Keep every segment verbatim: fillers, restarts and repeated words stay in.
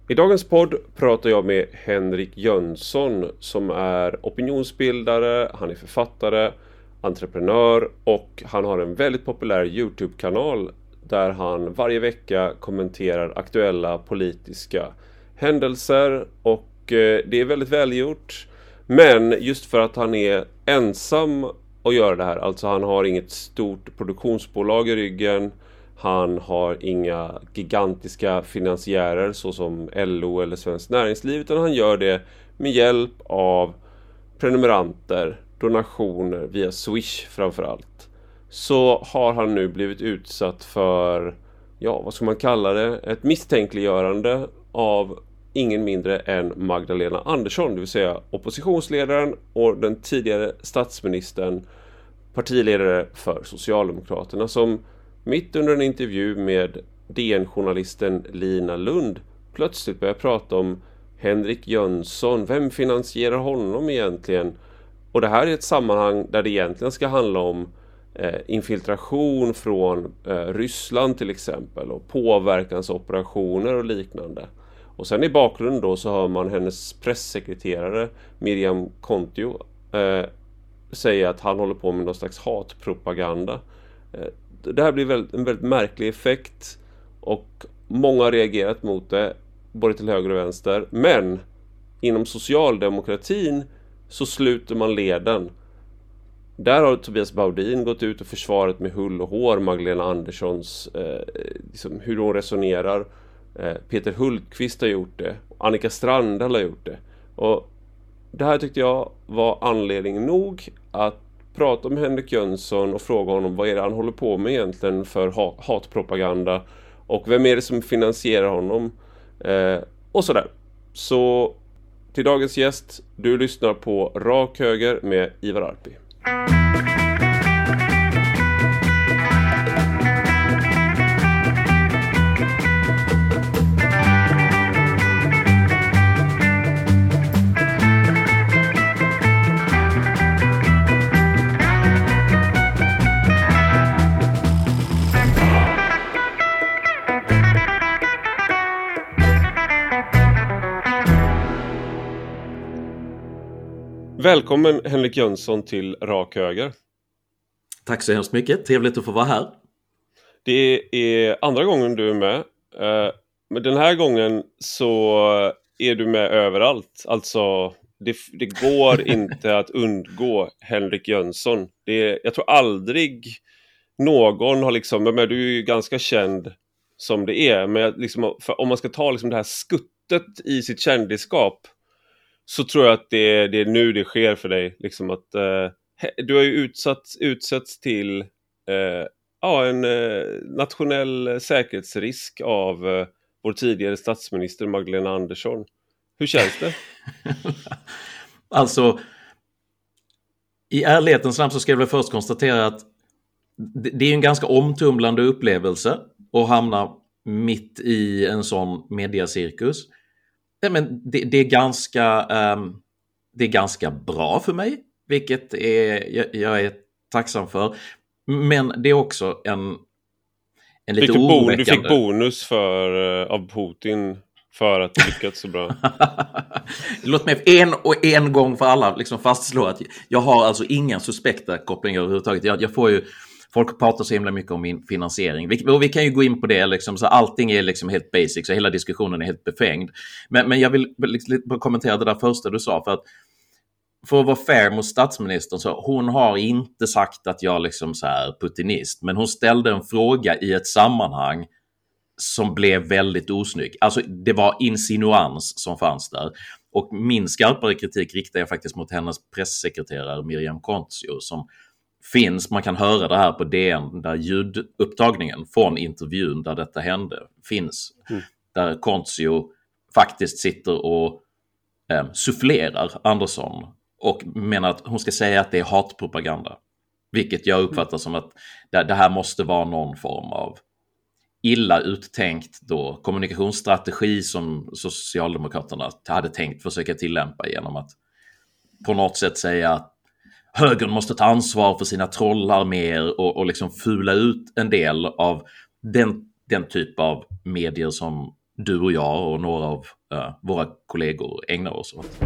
I dagens podd pratar jag med Henrik Jönsson som är opinionsbildare, han är författare, entreprenör och han har en väldigt populär YouTube-kanal där han varje vecka kommenterar aktuella politiska händelser och det är väldigt välgjort. Men just för att han är ensam att göra det här, alltså han har inget stort produktionsbolag i ryggen, han har inga gigantiska finansiärer såsom L O eller Svenskt Näringsliv, utan han gör det med hjälp av prenumeranter, donationer via Swish framförallt. Så har han nu blivit utsatt för, ja vad ska man kalla det, ett misstänkliggörande av ingen mindre än Magdalena Andersson, det vill säga oppositionsledaren och den tidigare statsministern, partiledare för Socialdemokraterna, som mitt under en intervju med D N-journalisten Lina Lund plötsligt börjar prata om Henrik Jönsson. Vem finansierar honom egentligen? Och det här är ett sammanhang där det egentligen ska handla om eh, infiltration från eh, Ryssland till exempel och påverkansoperationer och liknande. Och sen i bakgrunden då så hör man hennes pressekreterare Miriam Kontio eh, säga att han håller på med någon slags hatpropaganda. Eh, det här blir väldigt, en väldigt märklig effekt och många har reagerat mot det både till höger och vänster. Men inom socialdemokratin så sluter man leden. Där har Tobias Baudin gått ut och försvarat med hull och hår Magdalena Anderssons eh, liksom hur hon resonerar. Eh, Peter Hultqvist har gjort det. Annika Strandhäll har gjort det. Och det här tyckte jag var anledning nog att prata med Henrik Jönsson och fråga honom vad är det han håller på med egentligen för ha- hatpropaganda och vem är det som finansierar honom eh, och sådär. Så till dagens gäst, du lyssnar på Rak Höger med Ivar Arpi. Välkommen Henrik Jönsson till Rak Höger. Tack så hemskt mycket, trevligt att få vara här. Det är andra gången du är med. Men den här gången så är du med överallt. Alltså det, det går inte att undgå Henrik Jönsson. Det, jag tror aldrig någon har liksom, men du är ju ganska känd som det är. Men liksom, för om man ska ta liksom det här skuttet i sitt kändisskap, så tror jag att det, det är nu det sker för dig. Liksom att, eh, du har ju utsatts, utsatts till eh, ja, en eh, nationell säkerhetsrisk av eh, vår tidigare statsminister Magdalena Andersson. Hur känns det? Alltså, i ärlighetens namn så ska jag väl först konstatera att det, det är en ganska omtumlande upplevelse att hamna mitt i en sån mediacirkus. Nej, men det, det är ganska um, det är ganska bra för mig, vilket är, jag, jag är tacksam för. Men det är också en, en lite oroväckande... Du fick bonus för, uh, av Putin för att det lyckats så bra. Låt mig en och en gång för alla liksom fastslå att jag har alltså inga suspekta kopplingar överhuvudtaget. Jag, jag får ju... Folk pratar så himla mycket om min finansiering. Vi, och vi kan ju gå in på det. Liksom, så allting är liksom helt basic. Så hela diskussionen är helt befängd. Men, men jag vill liksom kommentera det där första du sa. För att, för att vara fair mot statsministern, så hon har inte sagt att jag liksom så här putinist. Men hon ställde en fråga i ett sammanhang som blev väldigt osnygg. Alltså det var insinuans som fanns där. Och min skarpare kritik riktar jag faktiskt mot hennes pressekreterare Miriam Kontio, som finns, man kan höra det här på D N, där ljudupptagningen från intervjun där detta hände finns. Mm. Där Kontio faktiskt sitter och eh, sufflerar Andersson och menar att hon ska säga att det är hatpropaganda. Vilket jag uppfattar som att det, det här måste vara någon form av illa uttänkt då kommunikationsstrategi som Socialdemokraterna hade tänkt försöka tillämpa genom att på något sätt säga att högern måste ta ansvar för sina trollar mer och, och liksom fula ut en del av den, den typ av medier som du och jag och några av uh, våra kollegor ägnar oss åt.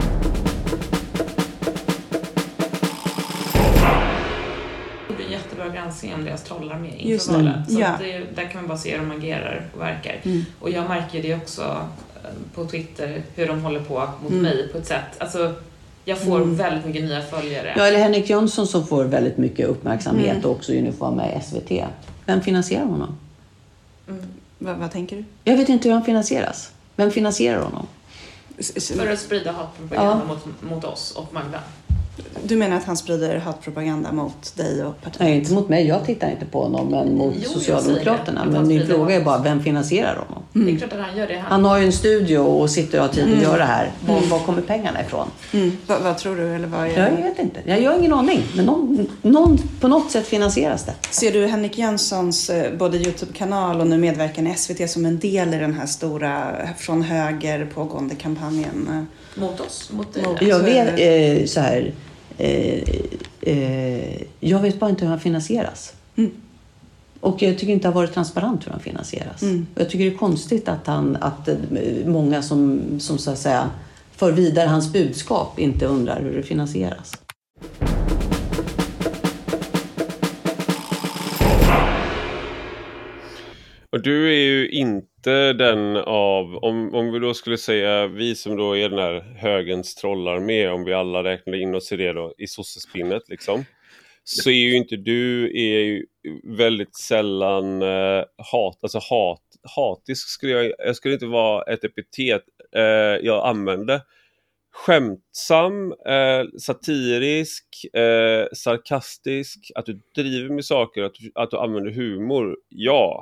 Det är jättebra granskning om deras trollar med inför Just valet. Så ja. att det, där kan man bara se hur de agerar och verkar. Mm. Och jag märker det också på Twitter, hur de håller på mot Mm. mig på ett sätt. Alltså, jag får Mm. väldigt mycket nya följare. Ja, eller Henrik Jönsson som får väldigt mycket uppmärksamhet Mm. och också ju nu får vara med i S V T. Vem finansierar honom? Mm. Va, vad tänker du? Jag vet inte hur han finansieras. Vem finansierar honom? S- s- För att sprida hatpropaganda Ja. mot, mot oss och Magda. Du menar att han sprider hatpropaganda mot dig och partiet? Nej, inte mot mig. Jag tittar inte på honom, men mot Jo, jag Socialdemokraterna. säger det. Att Men han min sprider fråga är hat. bara, vem finansierar honom? Det är klart att han gör det. Han, Han har ju en studio och sitter och har tid att Mm. göra det här. Var, var kommer pengarna ifrån? Mm. Va, vad tror du? Eller vad är... Jag vet inte. Jag har ingen aning. Men någon, någon, på något sätt finansieras det. Ser du Henrik Jönssons eh, både YouTube-kanal och nu medverkan i S V T som en del i den här stora från höger pågående kampanjen? mot oss, mot dig. Mot- Jag Så vet är eh, så här. Eh, eh, jag vet bara inte hur han finansieras. Mm. Och jag tycker inte det har varit transparent hur han finansieras. Mm. Jag tycker det är konstigt att, han, att eh, många som, som så att säga för vidare hans budskap inte undrar hur det finansieras. Och du är ju inte den av, om, om vi då skulle säga, vi som då är den här högens trollarmé, om vi alla räknar in oss i det då, i sossespinnet liksom, så är ju inte du, är ju väldigt sällan eh, hat, alltså hat, hatisk skulle jag, jag skulle inte vara ett epitet eh, jag använde. Skämtsam, eh, satirisk, eh, sarkastisk, att du driver med saker, att du, att du använder humor, ja.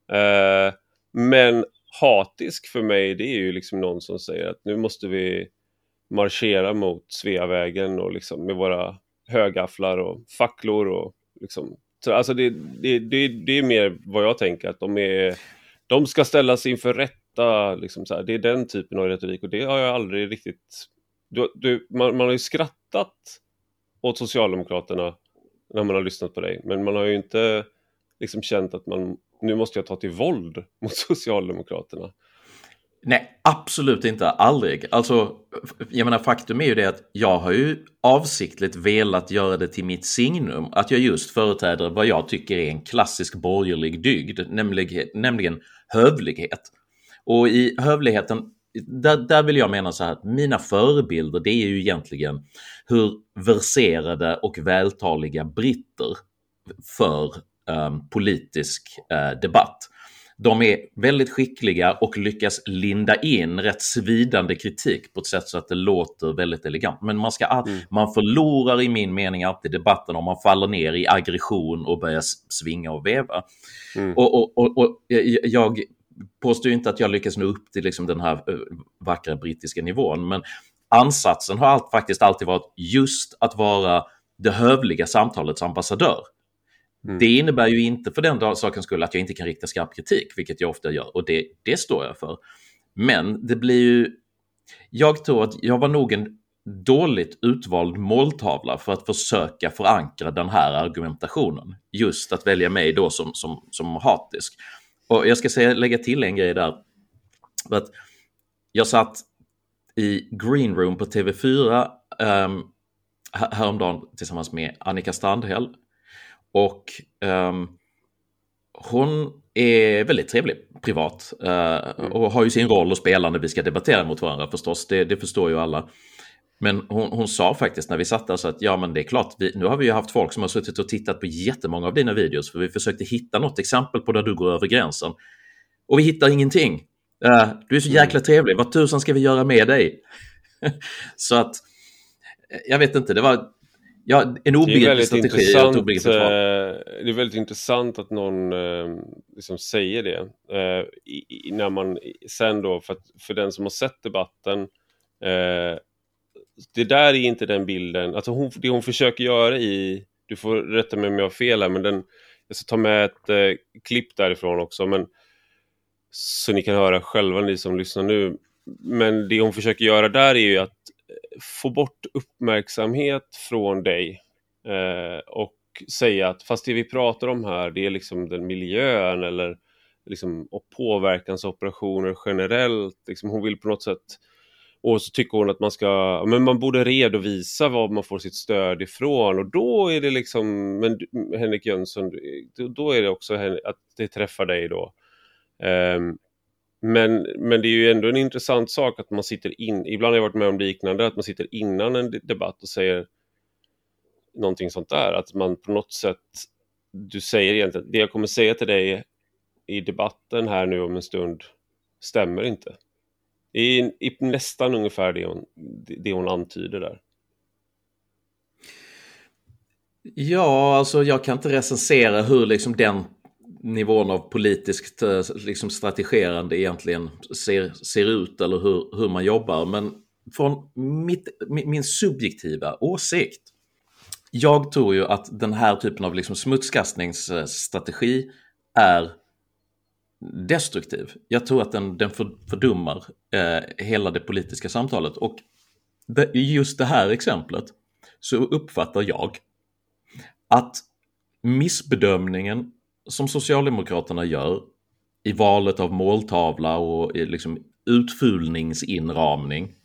Eh, men hatisk för mig, det är ju liksom någon som säger att nu måste vi marschera mot Sveavägen och liksom med våra högafflar och facklor och liksom, så alltså det, det, det, det är mer vad jag tänker, att de är, de ska ställas inför rätta liksom så här. Det är den typen av retorik, och det har jag aldrig riktigt du, du, man, man har ju skrattat åt Socialdemokraterna när man har lyssnat på dig, men man har ju inte liksom känt att man, nu måste jag ta till våld mot Socialdemokraterna. Nej, absolut inte. Aldrig. Alltså, jag menar, faktum är ju det att jag har ju avsiktligt velat göra det till mitt signum. Att jag just företräder vad jag tycker är en klassisk borgerlig dygd, nämligen, nämligen hövlighet. Och i hövligheten, där, där vill jag mena så här att mina förebilder, det är ju egentligen hur verserade och vältaliga britter för um, politisk uh, debatt. De är väldigt skickliga och lyckas linda in rätt svidande kritik på ett sätt så att det låter väldigt elegant. Men man, ska, mm. man förlorar i min mening alltid debatten om man faller ner i aggression och börjar svinga och veva. Mm. Och, och, och, och jag påstår inte att jag lyckas nå upp till liksom den här vackra brittiska nivån, men ansatsen har allt, faktiskt alltid varit just att vara det hövliga samtalets ambassadör. Mm. Det innebär ju inte för den sakens skull att jag inte kan rikta skarp kritik, vilket jag ofta gör, och det, det står jag för. Men det blir ju, jag tror att jag var nog en dåligt utvald måltavla för att försöka förankra den här argumentationen. Just att välja mig då som, som, som hatisk. Och jag ska säga, lägga till en grej där. Att jag satt i Green Room på T V fyra um, häromdagen tillsammans med Annika Strandhäll. Och um, hon är väldigt trevlig privat uh, och har ju sin roll att spela när vi ska debattera mot varandra förstås, det, det förstår ju alla. Men hon, hon sa faktiskt när vi satt där så att ja men det är klart, vi, nu har vi ju haft folk som har suttit och tittat på jättemånga av dina videos, för vi försökte hitta något exempel på där du går över gränsen. Och vi hittar ingenting. Uh, du är så jäkla trevlig, vad tusan ska vi göra med dig? Så att, jag vet inte, det var... Ja, en obegriplig strategi. Eh, det är väldigt intressant att någon eh, liksom säger det. Eh, i, när man sen då, för, att, för den som har sett debatten, eh, det där är inte den bilden. Alltså hon, det hon försöker göra i, du får rätta mig om jag har fel här, men den, jag ska ta med ett eh, klipp därifrån också, men så ni kan höra själva, ni som lyssnar nu. Men det hon försöker göra där är ju att få bort uppmärksamhet från dig eh, och säga att fast det vi pratar om här, det är liksom den miljön eller liksom, och påverkansoperationer generellt. Liksom, hon vill på något sätt, och så tycker hon att man ska, men man borde redovisa vad man får sitt stöd ifrån, och då är det liksom, men Henrik Jönsson, då är det också att det träffar dig då. Um, men, men det är ju ändå en intressant sak att man sitter in, ibland har jag varit med om liknande, att man sitter innan en debatt och säger någonting sånt där, att man på något sätt, du säger egentligen, det jag kommer säga till dig i debatten här nu om en stund stämmer inte. Det är i nästan ungefär det hon, det hon antyder där. Ja, alltså jag kan inte recensera hur liksom den nivån av politiskt liksom strategerande egentligen ser, ser ut eller hur, hur man jobbar. Men från mitt, min subjektiva åsikt, jag tror ju att den här typen av liksom smutskastningsstrategi är destruktiv. Jag tror att den, den fördummar eh, hela det politiska samtalet. Och det, i just det här exemplet så uppfattar jag att missbedömningen som Socialdemokraterna gör i valet av måltavla och i liksom utfulningsinramning,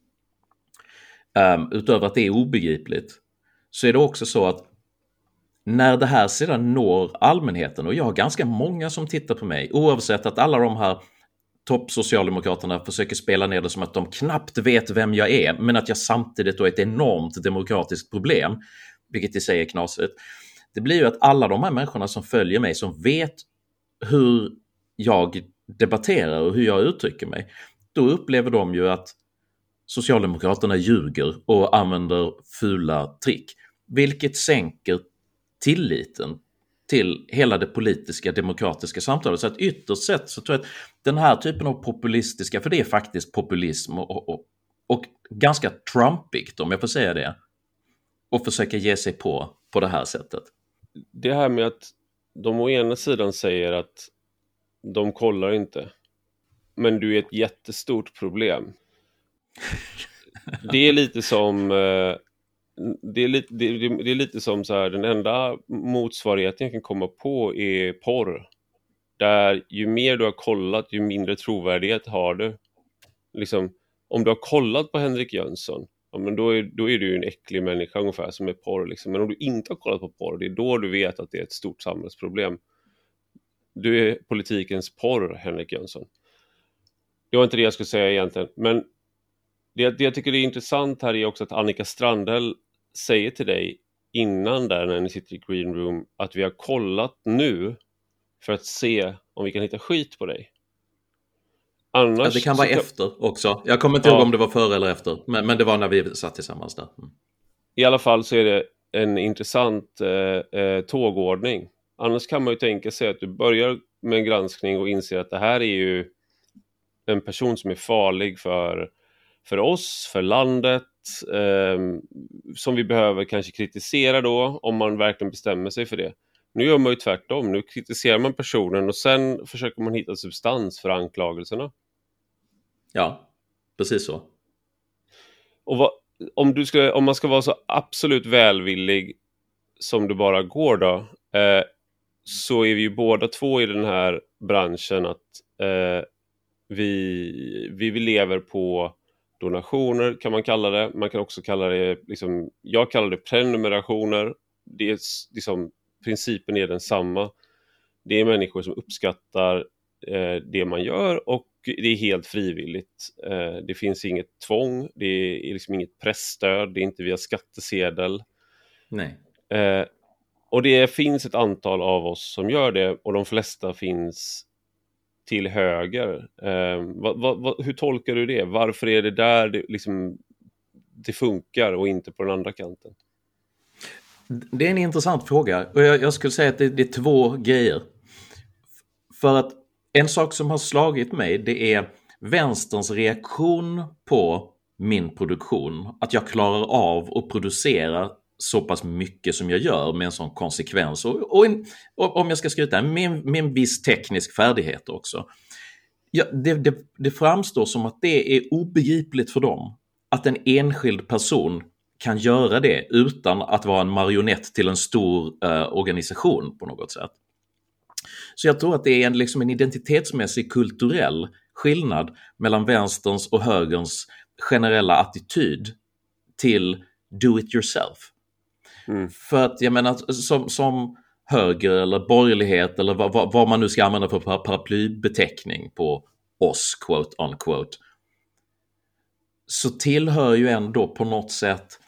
um, utöver att det är obegripligt, så är det också så att när det här sedan når allmänheten, och jag har ganska många som tittar på mig, oavsett att alla de här toppsocialdemokraterna försöker spela ner det som att de knappt vet vem jag är, men att jag samtidigt då är ett enormt demokratiskt problem, vilket i sig är knasigt. Det blir ju att alla de här människorna som följer mig, som vet hur jag debatterar och hur jag uttrycker mig, då upplever de ju att Socialdemokraterna ljuger och använder fula trick, vilket sänker tilliten till hela det politiska demokratiska samtalet. Så att ytterst sett så tror jag att den här typen av populistiska, för det är faktiskt populism och, och, och ganska trumpigt, om jag får säga det, och försöka ge sig på på det här sättet. Det här med att de å ena sidan säger att de kollar inte, men du är ett jättestort problem. Det är lite som det är lite, det är, det är lite som så här, den enda motsvarigheten jag kan komma på är porr. Där ju mer du har kollat, ju mindre trovärdighet har du. Liksom, om du har kollat på Henrik Jönsson, ja, men då är, då är du en äcklig människa ungefär som är porr. Liksom. Men om du inte har kollat på porr, det är då du vet att det är ett stort samhällsproblem. Du är politikens porr, Henrik Jönsson. Det var inte det jag skulle säga egentligen. Men det, det jag tycker är intressant här är också att Annika Strandhäll säger till dig innan där när ni sitter i Green Room att vi har kollat nu för att se om vi kan hitta skit på dig. Annars ja, det kan vara kan... efter också. Jag kommer inte ja. ihåg om det var före eller efter. Men, men det var när vi satt tillsammans där. Mm. I alla fall så är det en intressant eh, eh, tågordning. Annars kan man ju tänka sig att du börjar med en granskning och inser att det här är ju en person som är farlig för, för oss, för landet. Eh, som vi behöver kanske kritisera då om man verkligen bestämmer sig för det. Nu gör man ju tvärtom. Nu kritiserar man personen och sen försöker man hitta substans för anklagelserna. Ja, precis så. Och vad, om, du ska, om man ska vara så absolut välvillig som det bara går då, eh, så är vi ju båda två i den här branschen att eh, vi, vi lever på donationer kan man kalla det. Man kan också kalla det, liksom, jag kallar det prenumerationer. Det är liksom, principen är densamma. Det är människor som uppskattar eh, det man gör och det är helt frivilligt. Eh, det finns inget tvång, det är liksom inget pressstöd, det är inte via skattesedel. Nej. Eh, och det finns ett antal av oss som gör det och de flesta finns till höger. Eh, vad, vad, hur tolkar du det? Varför är det där det, liksom, det funkar och inte på den andra kanten? Det är en intressant fråga och jag, jag skulle säga att det, det är två grejer. För att en sak som har slagit mig, det är vänsterns reaktion på min produktion. Att jag klarar av att producera så pass mycket som jag gör med en sån konsekvens. Och, och, en, och om jag ska skryta, med, med en viss teknisk färdighet också. Ja, det, det, det framstår som att det är obegripligt för dem att en enskild person kan göra det utan att vara en marionett till en stor eh, organisation på något sätt. Så jag tror att det är en, liksom en identitetsmässig kulturell skillnad mellan vänsterns och högerns generella attityd till do it yourself. Mm. För att jag menar som, som höger eller borgerlighet eller vad, vad, vad man nu ska använda för paraplybeteckning på oss, quote on quote, så tillhör ju ändå på något sätt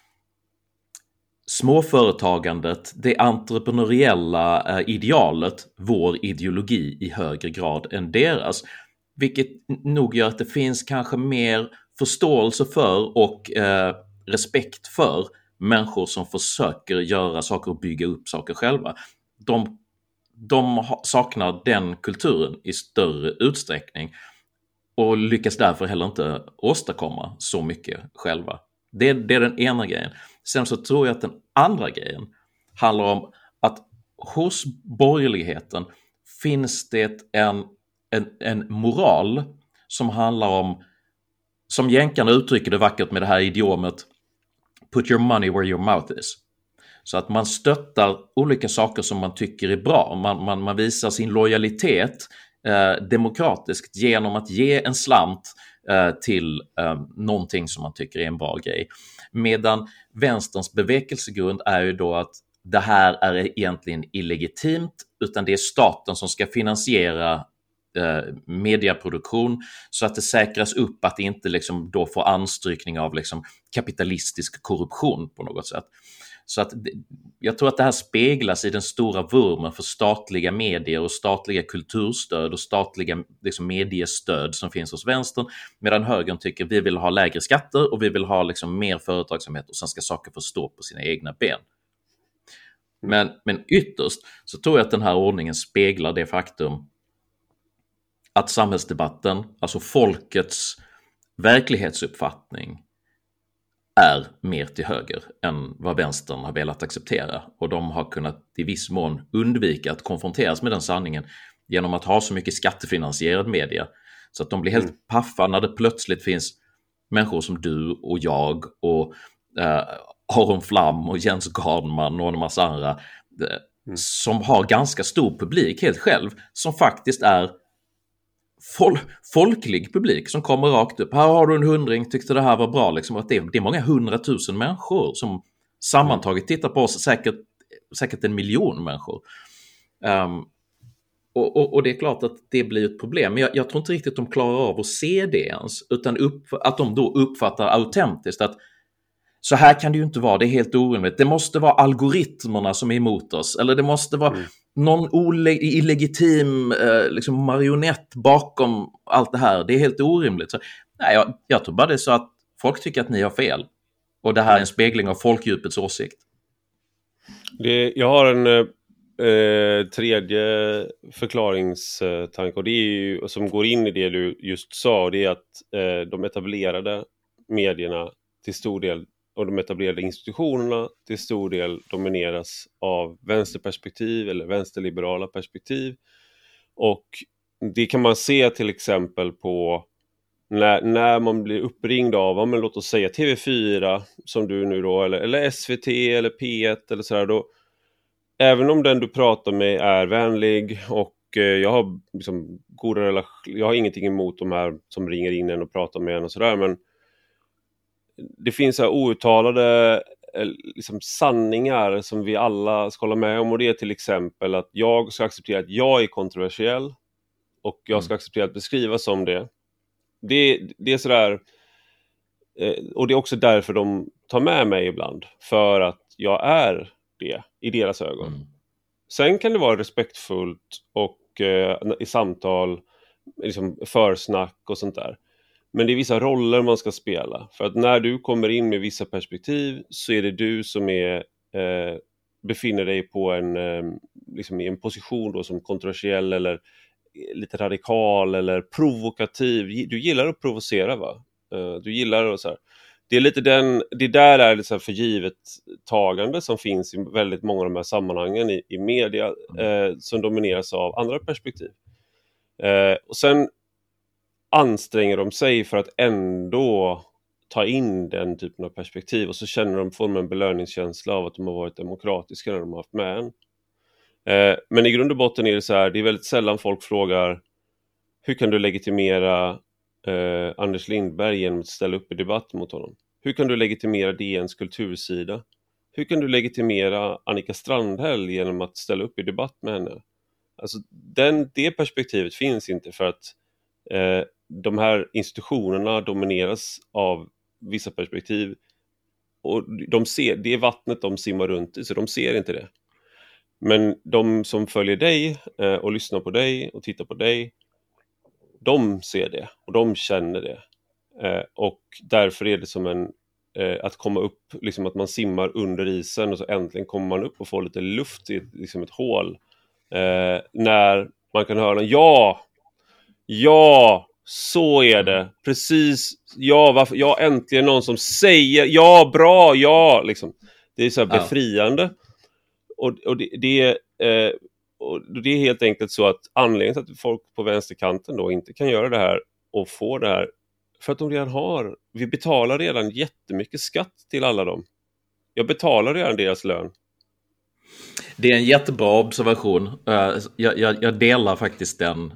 småföretagandet, det entreprenöriella idealet, vår ideologi i högre grad än deras. Vilket nog gör att det finns kanske mer förståelse för och eh, respekt för människor som försöker göra saker och bygga upp saker själva. De, de saknar den kulturen i större utsträckning och lyckas därför heller inte åstadkomma så mycket själva. Det, det är den ena grejen. Sen så tror jag att den andra grejen handlar om att hos borgerligheten finns det en, en, en moral som handlar om, som jänkarna uttrycker det vackert med det här idiomet, put your money where your mouth is. Så att man stöttar olika saker som man tycker är bra. Man, man, man visar sin lojalitet eh, demokratiskt genom att ge en slant eh, till eh, någonting som man tycker är en bra grej. Medan vänsterns bevekelsegrund är ju då att det här är egentligen illegitimt, utan det är staten som ska finansiera eh, mediaproduktion så att det säkras upp att det inte liksom då får anstrykning av liksom kapitalistisk korruption på något sätt. Så att jag tror att det här speglas i den stora vurmen för statliga medier och statliga kulturstöd och statliga liksom, mediestöd som finns hos vänstern, medan högern tycker vi vill ha lägre skatter och vi vill ha liksom, mer företagsamhet och sen ska saker få stå på sina egna ben. Men, men ytterst så tror jag att den här ordningen speglar det faktum att samhällsdebatten, alltså folkets verklighetsuppfattning, är mer till höger än vad vänstern har velat acceptera, och de har kunnat i viss mån undvika att konfronteras med den sanningen genom att ha så mycket skattefinansierad media så att de blir helt mm. paffa när det plötsligt finns människor som du och jag och eh, Aron Flam och Jens Gardman och en massa andra eh, mm. som har ganska stor publik helt själv, som faktiskt är Fol- folklig publik som kommer rakt upp. Här har du en hundring, tyckte det här var bra. Liksom, att det, är, det är många hundratusen människor som sammantaget tittar på oss, säkert, säkert en miljon människor. Um, och, och, och det är klart att det blir ett problem. Men jag, jag tror inte riktigt att de klarar av att se det ens, utan upp, att de då uppfattar autentiskt att så här kan det ju inte vara, det är helt orimligt. Det måste vara algoritmerna som är emot oss, eller det måste vara mm. någon ole- illegitim eh, liksom marionett bakom allt det här. Det är helt orimligt. Så, nej, jag, jag tror bara det är så att folk tycker att ni har fel. Och det här är en spegling av folkdjupets åsikt. Det, jag har en eh, tredje förklaringstanke, och det är ju, som går in i det du just sa, det är att eh, de etablerade medierna till stor del och de etablerade institutionerna till stor del domineras av vänsterperspektiv eller vänsterliberala perspektiv. Och det kan man se till exempel på när, när man blir uppringd av, ja, men låt oss säga T V fyra som du nu då, eller, eller S V T eller P ett eller sådär, då, även om den du pratar med är vänlig och eh, jag har liksom goda relationer, jag har ingenting emot de här som ringer in en och pratar med en och sådär, men det finns så här outtalade liksom sanningar som vi alla ska hålla med om, och det är till exempel att jag ska acceptera att jag är kontroversiell och jag ska acceptera att beskrivas som det. Det, det är sådär, och det är också därför de tar med mig ibland, för att jag är det i deras ögon. Mm. Sen kan det vara respektfullt och eh, i samtal, liksom försnack och sånt där. Men det är vissa roller man ska spela. För att när du kommer in med vissa perspektiv så är det du som är, eh, befinner dig på en, eh, liksom i en position då som kontroversiell eller lite radikal eller provokativ. Du gillar att provocera, va? Eh, du gillar att så här. Det är lite den, det där är lite förgivet tagande som finns i väldigt många av de här sammanhangen i, i media eh, som domineras av andra perspektiv. Eh, och sen anstränger de sig för att ändå ta in den typen av perspektiv, och så känner de, får de en belöningskänsla av att de har varit demokratiska när de har haft med en. Eh, men i grund och botten är det så här, det är väldigt sällan folk frågar hur kan du legitimera eh, Anders Lindberg genom att ställa upp i debatt mot honom? Hur kan du legitimera D N:s kultursida? Hur kan du legitimera Annika Strandhäll genom att ställa upp i debatt med henne? Alltså den, det perspektivet finns inte, för att eh, de här institutionerna domineras av vissa perspektiv, och de ser, det är vattnet de simmar runt i, så de ser inte det. Men de som följer dig eh, och lyssnar på dig och tittar på dig, de ser det och de känner det. Eh, och därför är det som en eh, att komma upp, liksom att man simmar under isen och så äntligen kommer man upp och får lite luft i liksom ett hål. Eh, när man kan höra ja, ja, så är det. Precis, ja, varför, ja, äntligen någon som säger ja, bra, ja, liksom. Det är så här befriande. Ja. Och, och, det, det, eh, och det är helt enkelt så att anledningen till att folk på vänsterkanten då inte kan göra det här och få det här, för att de redan har, vi betalar redan jättemycket skatt till alla dem. Jag betalar redan deras lön. Det är en jättebra observation. Jag, jag, jag delar faktiskt den.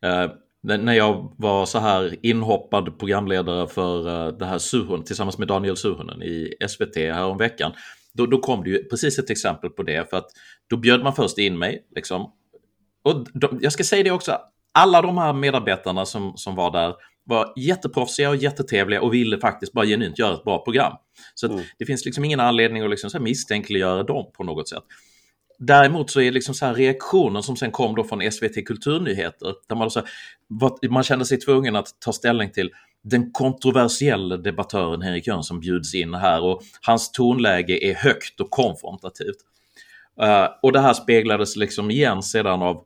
När jag var så här inhoppad programledare för det här Suhon tillsammans med Daniel Suhonen i S V T här om veckan, då, då kom det ju precis ett exempel på det, för att då bjöd man först in mig liksom. Och de, jag ska säga det också, alla de här medarbetarna som, som var där var jätteproffsiga och jättetrevliga och ville faktiskt bara genuint göra ett bra program. Så att mm. det finns liksom ingen anledning att liksom så här misstänkliggöra dem på något sätt. Däremot så är liksom så här reaktionen som sen kom då från S V T Kulturnyheter, där man, så här, man kände sig tvungen att ta ställning till den kontroversiella debattören Henrik Jönsson bjuds in här, och hans tonläge är högt och konfrontativt. Uh, och det här speglades liksom igen sedan av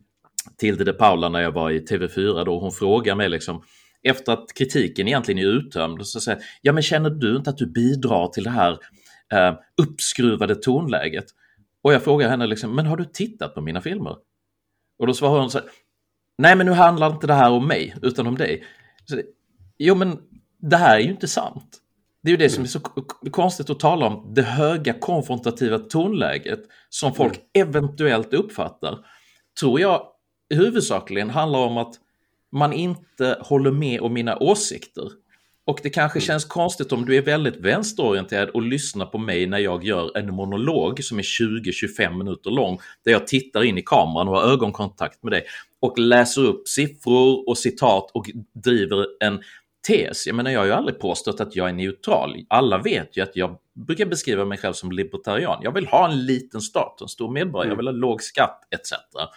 Tilde de Paula när jag var i T V fyra då. Hon frågade mig liksom, efter att kritiken egentligen är uttömd, så säger ja, men känner du inte att du bidrar till det här uh, uppskruvade tonläget? Och jag frågar henne liksom, men har du tittat på mina filmer? Och då svarar hon så här, nej, men nu handlar inte det här om mig utan om dig. Så, jo, men det här är ju inte sant. Det är ju det som är så konstigt att tala om, det höga konfrontativa tonläget som folk mm. eventuellt uppfattar. Tror jag huvudsakligen handlar om att man inte håller med om mina åsikter. Och det kanske känns konstigt om du är väldigt vänsterorienterad och lyssnar på mig när jag gör en monolog som är tjugo till tjugofem minuter lång, där jag tittar in i kameran och har ögonkontakt med dig och läser upp siffror och citat och driver en tes. Jag menar, jag har ju aldrig påstått att jag är neutral. Alla vet ju att jag brukar beskriva mig själv som libertarian. Jag vill ha en liten stat, en stor medborgare, jag vill ha låg skatt et cetera.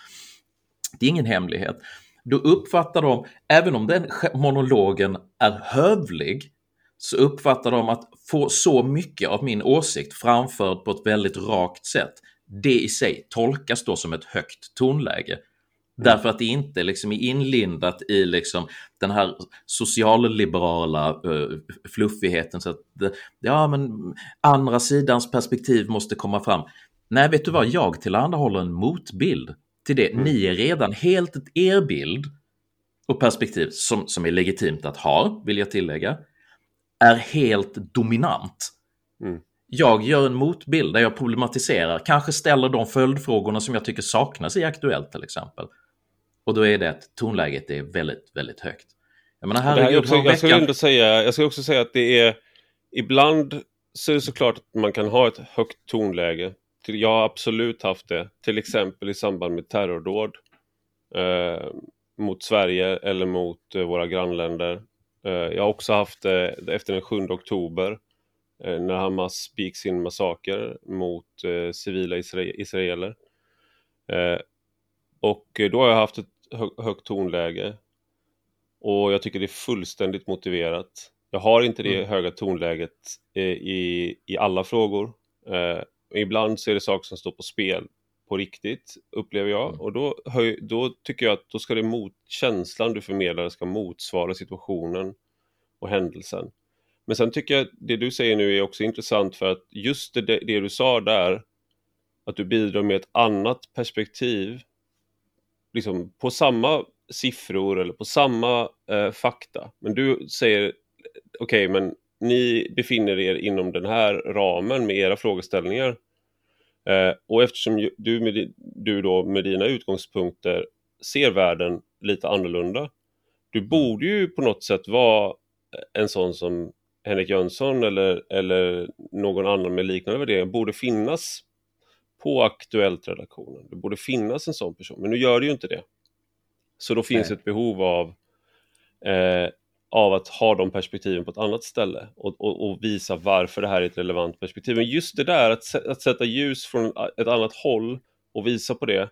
Det är ingen hemlighet. Då uppfattar de, även om den monologen är hövlig, så uppfattar de att få så mycket av min åsikt framförd på ett väldigt rakt sätt, det i sig tolkas då som ett högt tonläge. Mm. Därför att det inte liksom är inlindat i liksom den här socialliberala uh, fluffigheten, så att det, ja, men andra sidans perspektiv måste komma fram. Nej, vet du vad, jag tillhandahåller en motbild till det. Mm. Ni är redan helt ett er bild och perspektiv som, som är legitimt att ha, vill jag tillägga, är helt dominant. Mm. Jag gör en motbild där jag problematiserar, kanske ställer de följdfrågorna som jag tycker saknas i Aktuellt till exempel. Och då är det att tonläget är väldigt, väldigt högt. Jag menar, här är också, jag, ska ändå säga, jag ska också säga att det är ibland så är det såklart att man kan ha ett högt tonläge. Jag har absolut haft det, till exempel i samband med terrordåd eh, mot Sverige eller mot eh, våra grannländer. Eh, jag har också haft det eh, efter den sjunde oktober eh, när Hamas begick sin massaker mot eh, civila isra- israeler. Eh, och då har jag haft ett hö- högt tonläge, och jag tycker det är fullständigt motiverat. Jag har inte det mm. höga tonläget eh, i, i alla frågor. Eh, Ibland så är det saker som står på spel på riktigt, upplever jag. Mm. Och då, höj, då tycker jag att då ska det mot, känslan du förmedlar ska motsvara situationen och händelsen. Men sen tycker jag att det du säger nu är också intressant, för att just det, det du sa där, att du bidrar med ett annat perspektiv, liksom på samma siffror eller på samma eh, fakta. Men du säger, okej, okay, men ni befinner er inom den här ramen med era frågeställningar. Eh, och eftersom ju- du, med, di- du då med dina utgångspunkter ser världen lite annorlunda, du borde ju på något sätt vara en sån som Henrik Jönsson eller, eller någon annan med liknande värderingar borde finnas på Aktuellt-redaktionen. Det borde finnas en sån person, men nu gör det ju inte det. Så då finns Nej. ett behov av, eh, av att ha de perspektiven på ett annat ställe och, och, och visa varför det här är ett relevant perspektiv. Men just det där, att, sä- att sätta ljus från ett annat håll och visa på det,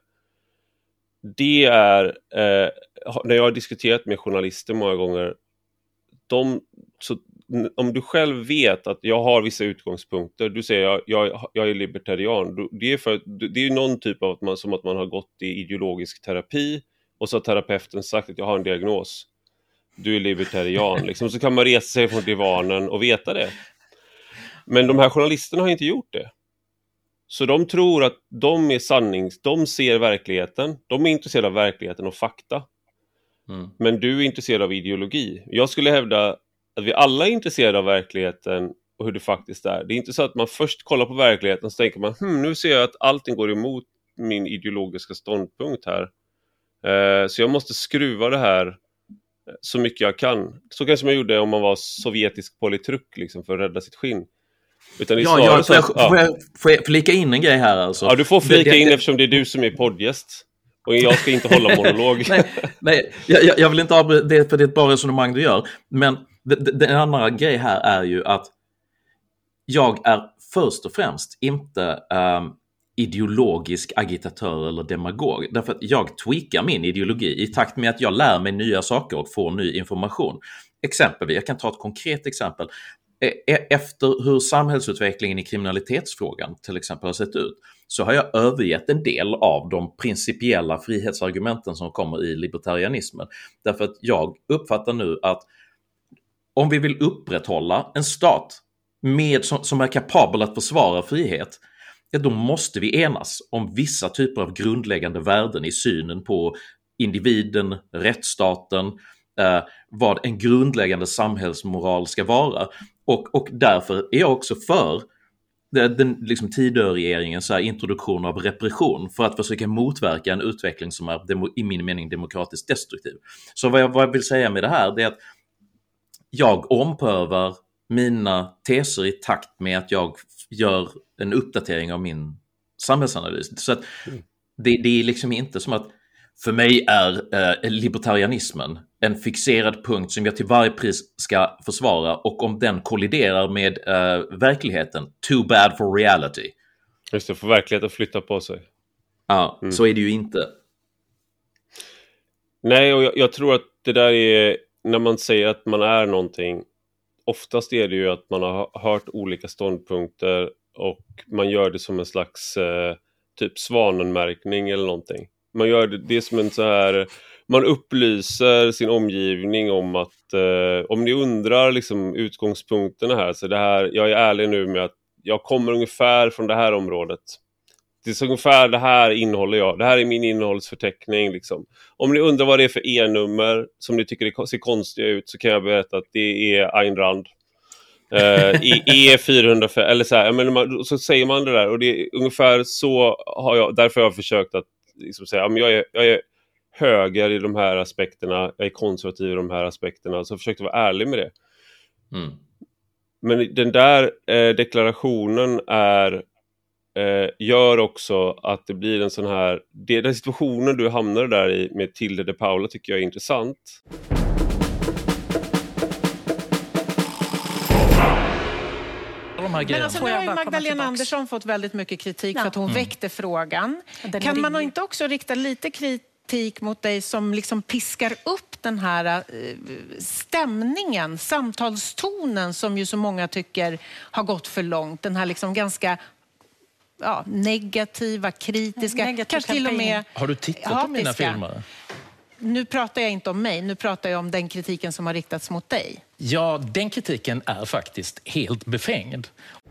det är, eh, när jag har diskuterat med journalister många gånger, de, så, om du själv vet att jag har vissa utgångspunkter, du säger jag, jag, jag är libertarian, du- det är, för, det är någon typ av att man, som att man har gått i ideologisk terapi och så har terapeuten sagt att jag har en diagnos, du är libertarian, liksom, så kan man resa sig från divanen och veta det. Men de här journalisterna har inte gjort det. Så de tror att de är sannings, de ser verkligheten, de är intresserade av verkligheten och fakta. Mm. Men du är intresserad av ideologi. Jag skulle hävda att vi alla är intresserade av verkligheten och hur det faktiskt är. Det är inte så att man först kollar på verkligheten och så tänker man, hm, nu ser jag att allting går emot min ideologiska ståndpunkt här. Eh, så jag måste skruva det här så mycket jag kan. Så kanske man gjorde om man var sovjetisk politruk liksom, för att rädda sitt skinn. Utan det är Ja, snarare ja, så får, att- jag, får, ja. jag, får jag flika in en grej här alltså? Ja, du får flika Det- det- in eftersom det är du som är poddgäst. Och jag ska inte hålla monolog. nej, nej jag, jag- jag vill inte avbryta det, för det är ett bra resonemang du gör. Men det- det- den andra grej här är ju att jag är först och främst inte um, ideologisk agitatör eller demagog. Därför att jag tweakar min ideologi i takt med att jag lär mig nya saker och får ny information. Exempelvis, jag kan ta ett konkret exempel. E- Efter hur samhällsutvecklingen i kriminalitetsfrågan till exempel har sett ut, så har jag övergett en del av de principiella frihetsargumenten som kommer i libertarianismen. Därför att jag uppfattar nu att om vi vill upprätthålla en stat med, som, som är kapabel att försvara frihet, ja, då måste vi enas om vissa typer av grundläggande värden i synen på individen, rättsstaten, eh, vad en grundläggande samhällsmoral ska vara. Och, och därför är jag också för den liksom Tidöregeringens så här introduktion av repression för att försöka motverka en utveckling som är demo, i min mening demokratiskt destruktiv. Så vad jag, vad jag vill säga med det här, det är att jag omprövar mina teser i takt med att jag gör en uppdatering av min samhällsanalys. Så att det, det är liksom inte som att för mig är eh, libertarianismen en fixerad punkt som jag till varje pris ska försvara, och om den kolliderar med eh, verkligheten, too bad for reality. Just det, för verkligheten flytta på sig. Ja, mm. Så är det ju inte. Nej, och jag, jag tror att det där är, när man säger att man är någonting, oftast är det ju att man har hört olika ståndpunkter och man gör det som en slags eh, typ svanenmärkning eller någonting. Man gör det, det är som en så här, man upplyser sin omgivning om att eh, om ni undrar liksom utgångspunkterna här, så det här, jag är ärlig nu med att jag kommer ungefär från det här området. Det är så ungefär det här innehåller jag. Det här är min innehållsförteckning liksom. Om ni undrar vad det är för e-nummer som ni tycker ser konstiga ut, så kan jag berätta att det är Ayn Rand. Uh, E fyrahundrafem eller så här, men man, så säger man det där, och det är ungefär så har jag, därför har jag försökt att liksom säga, men jag är, jag är höger i de här aspekterna, jag är konservativ i de här aspekterna, så jag försökte vara ärlig med det. Mm. Men den där eh, deklarationen är eh, gör också att det blir en sån här, det, den situationen du hamnar där i med Tilde de Paula tycker jag är intressant. Men alltså, nu har ju Magdalena Andersson fått väldigt mycket kritik ja. för att hon mm. väckte frågan. Den kan man inte också rikta lite kritik mot dig som liksom piskar upp den här äh, stämningen, samtalstonen som ju så många tycker har gått för långt. Den här liksom ganska ja, negativa, kritiska, Negativ kanske till och med Har du tittat hatiska. på mina filmer? Nu pratar jag inte om mig, nu pratar jag om den kritiken som har riktats mot dig. Ja, den kritiken är faktiskt helt befängd.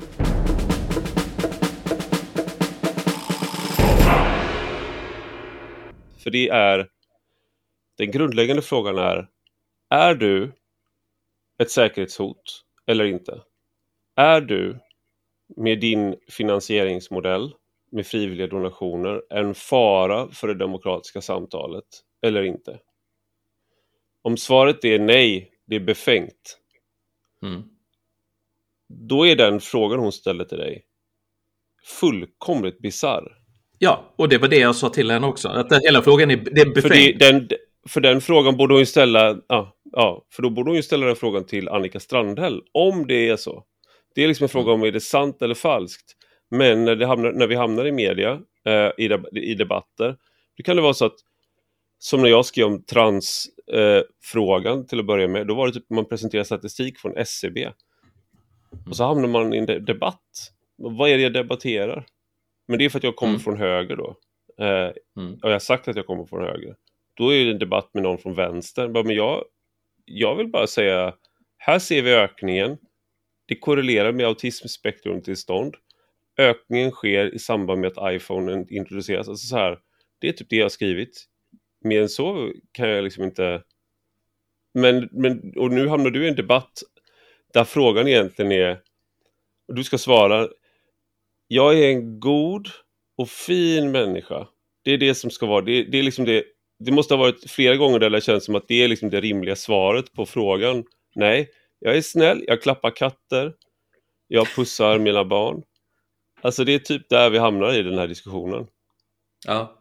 För det är, den grundläggande frågan är, är du ett säkerhetshot eller inte? Är du med din finansieringsmodell, med frivilliga donationer en fara för det demokratiska samtalet eller inte? Om svaret är nej, det är befängt. Mm. Då är den frågan hon ställer till dig fullkomligt bizarr. Ja, och det var det jag sa till henne också. Att den, hela frågan är, det är befängt. För, det, den, för den frågan borde hon ju ställa... Ja, ja, för då borde hon ju ställa den frågan till Annika Strandhäll. Om det är så. Det är liksom en fråga om är det sant eller falskt. Men när, det hamnar, när vi hamnar i media, eh, i, i debatter, då kan det vara så att, som när jag skrev om transfrågan eh, till att börja med, då var det typ man presenterar statistik från S C B. Mm. Och så hamnar man i en de- debatt. Vad är det jag debatterar? Men det är för att jag kommer mm. från höger då. Eh, mm. Och jag har sagt att jag kommer från höger. Då är det en debatt med någon från vänster. Men jag, jag vill bara säga, här ser vi ökningen. Det korrelerar med autismspektrumtillstånd. Ökningen sker i samband med att iPhone introduceras. Alltså så här, det är typ det jag har skrivit. Mer än så kan jag liksom inte... Men, men, och nu hamnar du i en debatt där frågan egentligen är... Och du ska svara... Jag är en god och fin människa. Det är det som ska vara... Det, det, är liksom det, det måste ha varit flera gånger där det känns som att det är liksom det rimliga svaret på frågan. Nej, jag är snäll. Jag klappar katter. Jag pussar mina barn. Alltså det är typ där vi hamnar i den här diskussionen. Ja.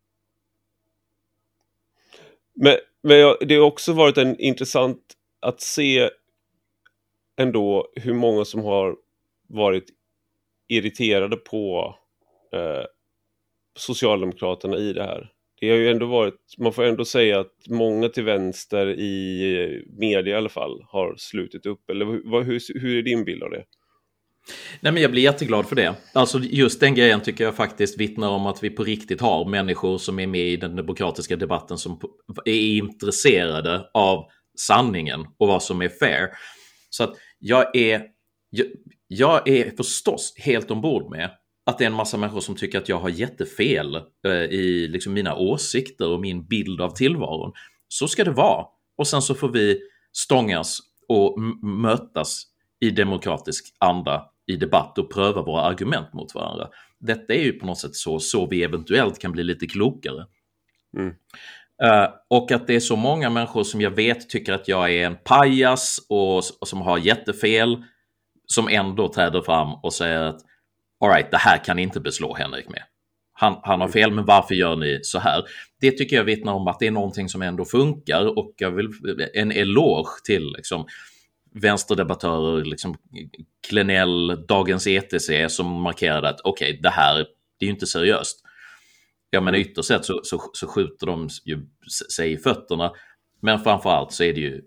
Men, men jag, det har också varit en intressant att se ändå hur många som har varit irriterade på eh, Socialdemokraterna i det här. Det har ju ändå varit, man får ändå säga att många till vänster i media i alla fall har slutit upp. Eller hur, hur, hur är din bild av det? Nej, men jag blir jätteglad för det. Alltså just den grejen tycker jag faktiskt vittnar om att vi på riktigt har människor som är med i den demokratiska debatten som är intresserade av sanningen och vad som är fair. Så att jag är jag, jag är förstås helt ombord med att det är en massa människor som tycker att jag har jättefel eh, i liksom mina åsikter och min bild av tillvaron. Så ska det vara. Och sen så får vi stångas och m- mötas i demokratisk anda i debatt och pröva våra argument mot varandra. Detta är ju på något sätt så, så vi eventuellt kan bli lite klokare. Mm. Uh, och att det är så många människor som jag vet tycker att jag är en pajas och, och som har jättefel, som ändå träder fram och säger att all right, det här kan ni inte beslå Henrik med. Han, han har fel, men varför gör ni så här? Det tycker jag vittnar om att det är någonting som ändå funkar, och jag vill en eloge till liksom vänsterdebattörer, liksom Klenell, Dagens E T C, som markerade att okej, okay, det här det är ju inte seriöst. Ja, men ytterst sett så, så, så skjuter de ju sig i fötterna, men framförallt så är det ju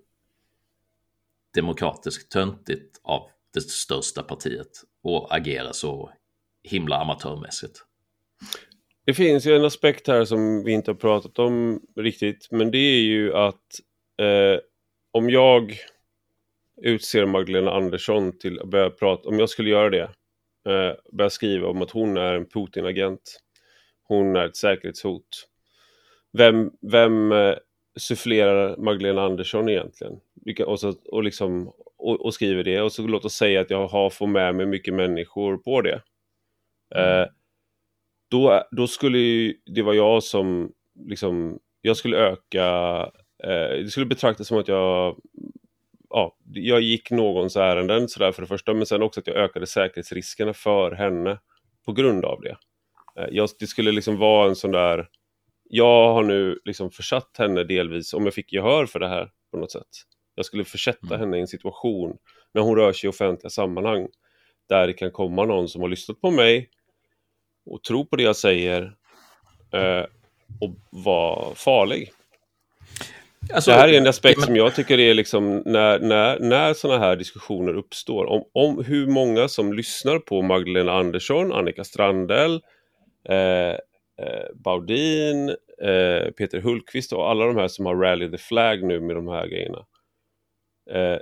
demokratiskt töntigt av det största partiet och agera så himla amatörmässigt. Det finns ju en aspekt här som vi inte har pratat om riktigt, men det är ju att eh, om jag utser Magdalena Andersson till att börja prata, om jag skulle göra det, eh, börja skriva om att hon är en Putin-agent, hon är ett säkerhetshot. Vem, vem eh, sufflerar Magdalena Andersson egentligen? Och, så, och, liksom, och, och skriver det, och så låt oss säga att jag har fått med mig mycket människor på det. Mm. Eh, då, då skulle ju, det var jag som liksom, jag skulle öka, eh, det skulle betraktas som att jag ja, jag gick någons ärenden sådär för det första, men sen också att jag ökade säkerhetsriskerna för henne på grund av det. Eh, jag, det skulle liksom vara en sån där, jag har nu liksom försatt henne delvis, om jag fick gehör för det här på något sätt. Jag skulle försätta mm. henne i en situation när hon rör sig i offentliga sammanhang där det kan komma någon som har lyssnat på mig och tror på det jag säger eh, och vara farlig. Alltså, det här är en aspekt men... som jag tycker är liksom när, när, när sådana här diskussioner uppstår om, om hur många som lyssnar på Magdalena Andersson, Annika Strandhäll, eh, eh, Baudin, eh, Peter Hultqvist och alla de här som har rallied the flag nu med de här grejerna. Eh,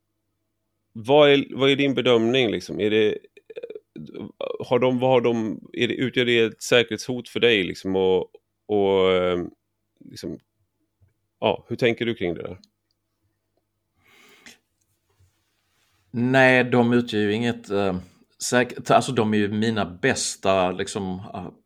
vad, är, vad är din bedömning liksom? Är det, har de, vad har de, är det, utgör det ett säkerhetshot för dig liksom, och, och eh, liksom, ja, hur tänker du kring det där? Nej, de utgör ju inget eh, säkert, alltså de är ju mina bästa liksom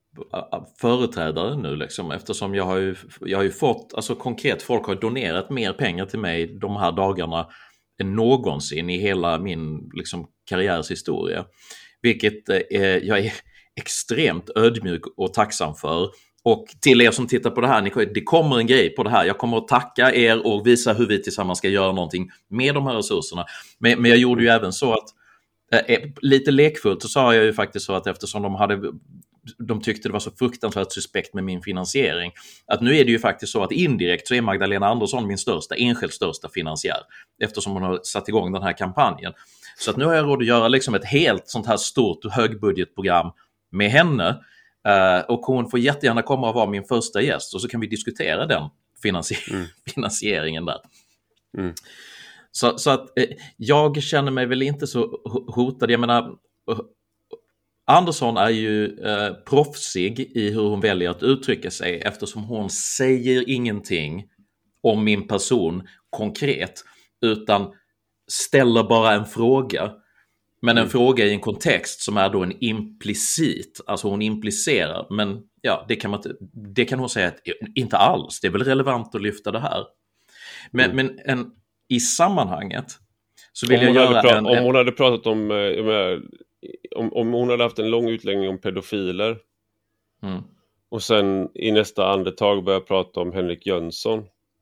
företrädare nu liksom, eftersom jag har ju, jag har ju fått, alltså konkret, folk har donerat mer pengar till mig de här dagarna än någonsin i hela min liksom karriärshistoria, vilket eh, jag är extremt ödmjuk och tacksam för. Och till er som tittar på det här, ni, det kommer en grej på det här. Jag kommer att tacka er och visa hur vi tillsammans ska göra någonting med de här resurserna. Men, men jag gjorde ju även så att eh, lite lekfullt så sa jag ju faktiskt så att eftersom de hade de tyckte det var så fruktansvärt suspekt med min finansiering, att nu är det ju faktiskt så att indirekt så är Magdalena Andersson min största, enskilt största finansiär, eftersom hon har satt igång den här kampanjen. Så att nu har jag råd att göra liksom ett helt sånt här stort högbudgetprogram med henne, uh, och hon får jättegärna komma och vara min första gäst, och så kan vi diskutera den finansier- mm. finansieringen där. Mm. Så, så att eh, jag känner mig väl inte så hotad. Jag menar, uh, Andersson är ju eh, proffsig i hur hon väljer att uttrycka sig, eftersom hon säger ingenting om min person konkret, utan ställer bara en fråga. Men en mm. fråga i en kontext som är då en implicit, alltså hon implicerar, men ja, det kan man det kan hon säga att inte alls, det är väl relevant att lyfta det här. Men, mm. men en, i sammanhanget så vill jag göra prat, en, om hon hade pratat om jag menar, Om, om hon hade haft en lång utläggning om pedofiler mm. och sen i nästa andetag börja prata om Henrik Jönsson.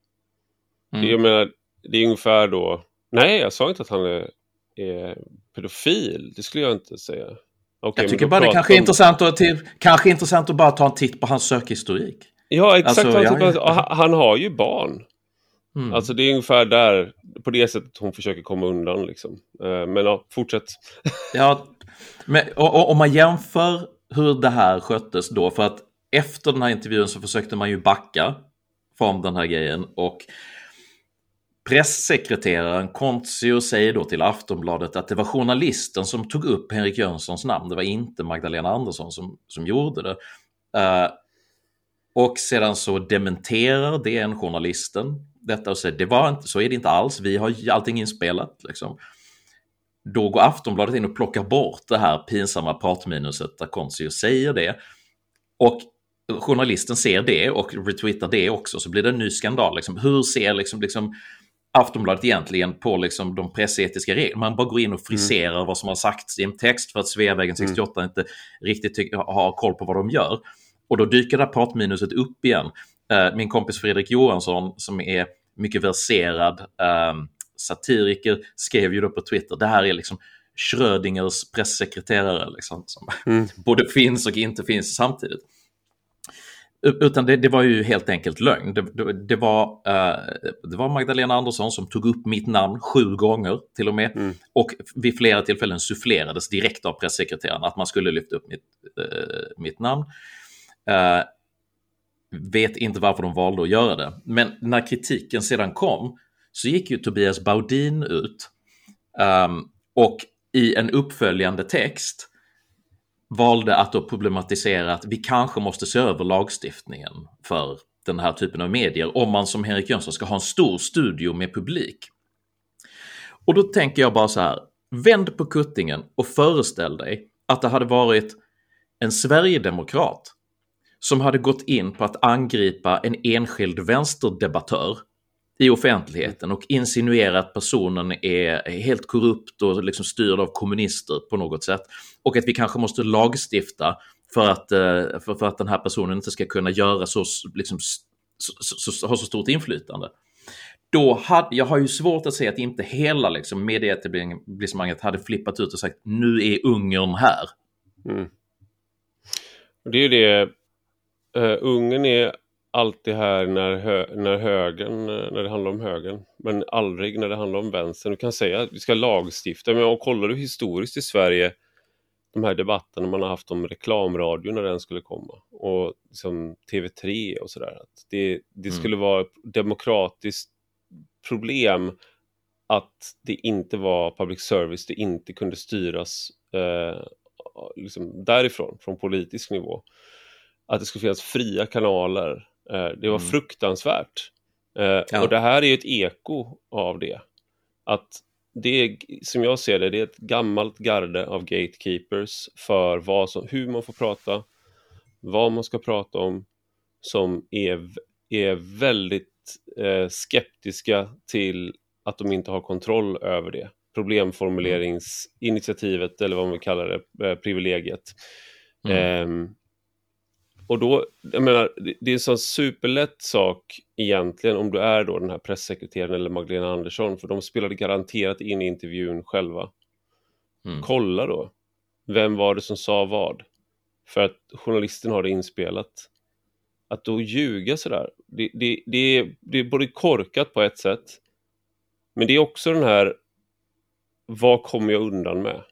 Mm. Det, jag menar, det är ungefär då... Nej, jag sa inte att han är, är pedofil. Det skulle jag inte säga. Okay, jag tycker bara det kanske är, om... intressant att, till, kanske intressant att bara ta en titt på hans sökhistorik. Ja, exakt. Alltså, han, jag... han, han har ju barn. Mm. Alltså det är ungefär där, på det sättet hon försöker komma undan liksom. Men ja, fortsätt. Ja, men om man jämför hur det här sköttes då, för att efter den här intervjun så försökte man ju backa från den här grejen, och pressekreteraren Kontsio säger då till Aftonbladet att det var journalisten som tog upp Henrik Jönssons namn, det var inte Magdalena Andersson som, som gjorde det. Uh, och sedan så dementerar D N-journalisten detta och säger det var inte, så är det inte alls, vi har allting inspelat liksom. Då går Aftonbladet in och plockar bort det här pinsamma pratminuset där Kontsio säger det, och journalisten ser det och retweetar det också, så blir det en ny skandal liksom. Hur ser liksom, liksom Aftonbladet egentligen på liksom de pressetiska reglerna? Man bara går in och friserar mm. vad som har sagts i en text för att Sveavägen sextioåtta mm. inte riktigt ty- har koll på vad de gör, och då dyker det här pratminuset upp igen. Uh, min kompis Fredrik Johansson som är mycket verserad uh, satiriker skrev ju då på Twitter, det här är liksom Schrödingers pressekreterare liksom, som mm. både finns och inte finns samtidigt. Utan det, det var ju helt enkelt lögn. Det, det, det, var, uh, det var Magdalena Andersson som tog upp mitt namn sju gånger till och med, mm. och vid flera tillfällen sufflerades direkt av pressekreteraren att man skulle lyfta upp mitt, uh, mitt namn. Uh, vet inte varför de valde att göra det. Men när kritiken sedan kom så gick ju Tobias Baudin ut um, och i en uppföljande text valde att då problematisera att vi kanske måste se över lagstiftningen för den här typen av medier om man som Henrik Jönsson ska ha en stor studio med publik. Och då tänker jag bara så här, vänd på kuttingen och föreställ dig att det hade varit en Sverigedemokrat som hade gått in på att angripa en enskild vänsterdebattör i offentligheten och insinuera att personen är helt korrupt och liksom styrd av kommunister på något sätt, och att vi kanske måste lagstifta för att, för, för att den här personen inte ska kunna göra så, liksom, så, så, så, ha så stort inflytande. Då hade, jag har ju svårt att säga att inte hela liksom, medieetablissemanget hade flippat ut och sagt nu är Ungern här. Mm. Det är ju det, uh, Ungern är alltid här när, hö- när högern, när det handlar om högern, men aldrig när det handlar om vänstern. Du kan säga att vi ska lagstifta, men om kollar du historiskt i Sverige, de här debatterna man har haft om reklamradio när den skulle komma, och liksom T V tre och sådär, att det, det skulle mm. vara ett demokratiskt problem att det inte var public service, det inte kunde styras eh, liksom därifrån, från politisk nivå. Att det skulle finnas fria kanaler. Eh, det var mm. fruktansvärt. Eh, ja. Och det här är ju ett eko av det. Att det är, som jag ser det, det är ett gammalt garde av gatekeepers för vad som, hur man får prata, vad man ska prata om, som är, är väldigt eh, skeptiska till att de inte har kontroll över det. Problemformuleringsinitiativet, eller vad man kallar det, eh, privilegiet. Mm. Eh, och då, jag menar, det, det är en sån superlätt sak egentligen om du är då den här pressekreteraren eller Magdalena Andersson, för de spelade garanterat in i intervjun själva. Mm. Kolla då, vem var det som sa vad? För att journalisten har det inspelat. Att då ljuga sådär, det, det, det, är, det är både korkat på ett sätt, men det är också den här, vad kommer jag undan med?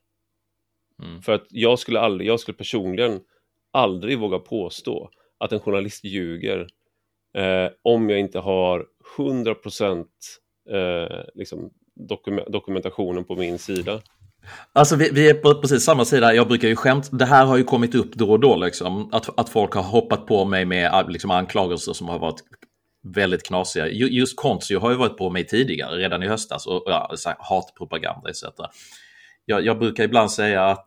Mm. För att jag skulle aldrig, jag skulle personligen aldrig våga påstå att en journalist ljuger eh, om jag inte har hundra procent eh, liksom dokum- dokumentationen på min sida. Alltså vi, vi är på precis samma sida. Jag brukar ju skämt, det här har ju kommit upp då och då liksom, att, att folk har hoppat på mig med liksom anklagelser som har varit väldigt knasiga. Just Konstio har ju varit på mig tidigare, redan i höstas, och ja, hatpropaganda et cetera. Jag, jag brukar ibland säga att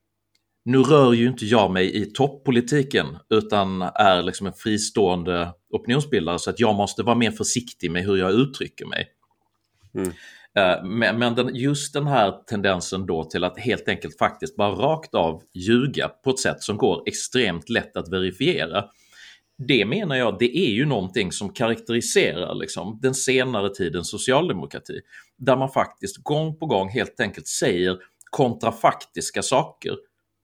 nu rör ju inte jag mig i toppolitiken, utan är liksom en fristående opinionsbildare, så att jag måste vara mer försiktig med hur jag uttrycker mig. Mm. Men, men den, just den här tendensen då till att helt enkelt faktiskt bara rakt av ljuga på ett sätt som går extremt lätt att verifiera, det menar jag, det är ju någonting som karaktäriserar liksom den senare tidens socialdemokrati, där man faktiskt gång på gång helt enkelt säger kontrafaktiska saker.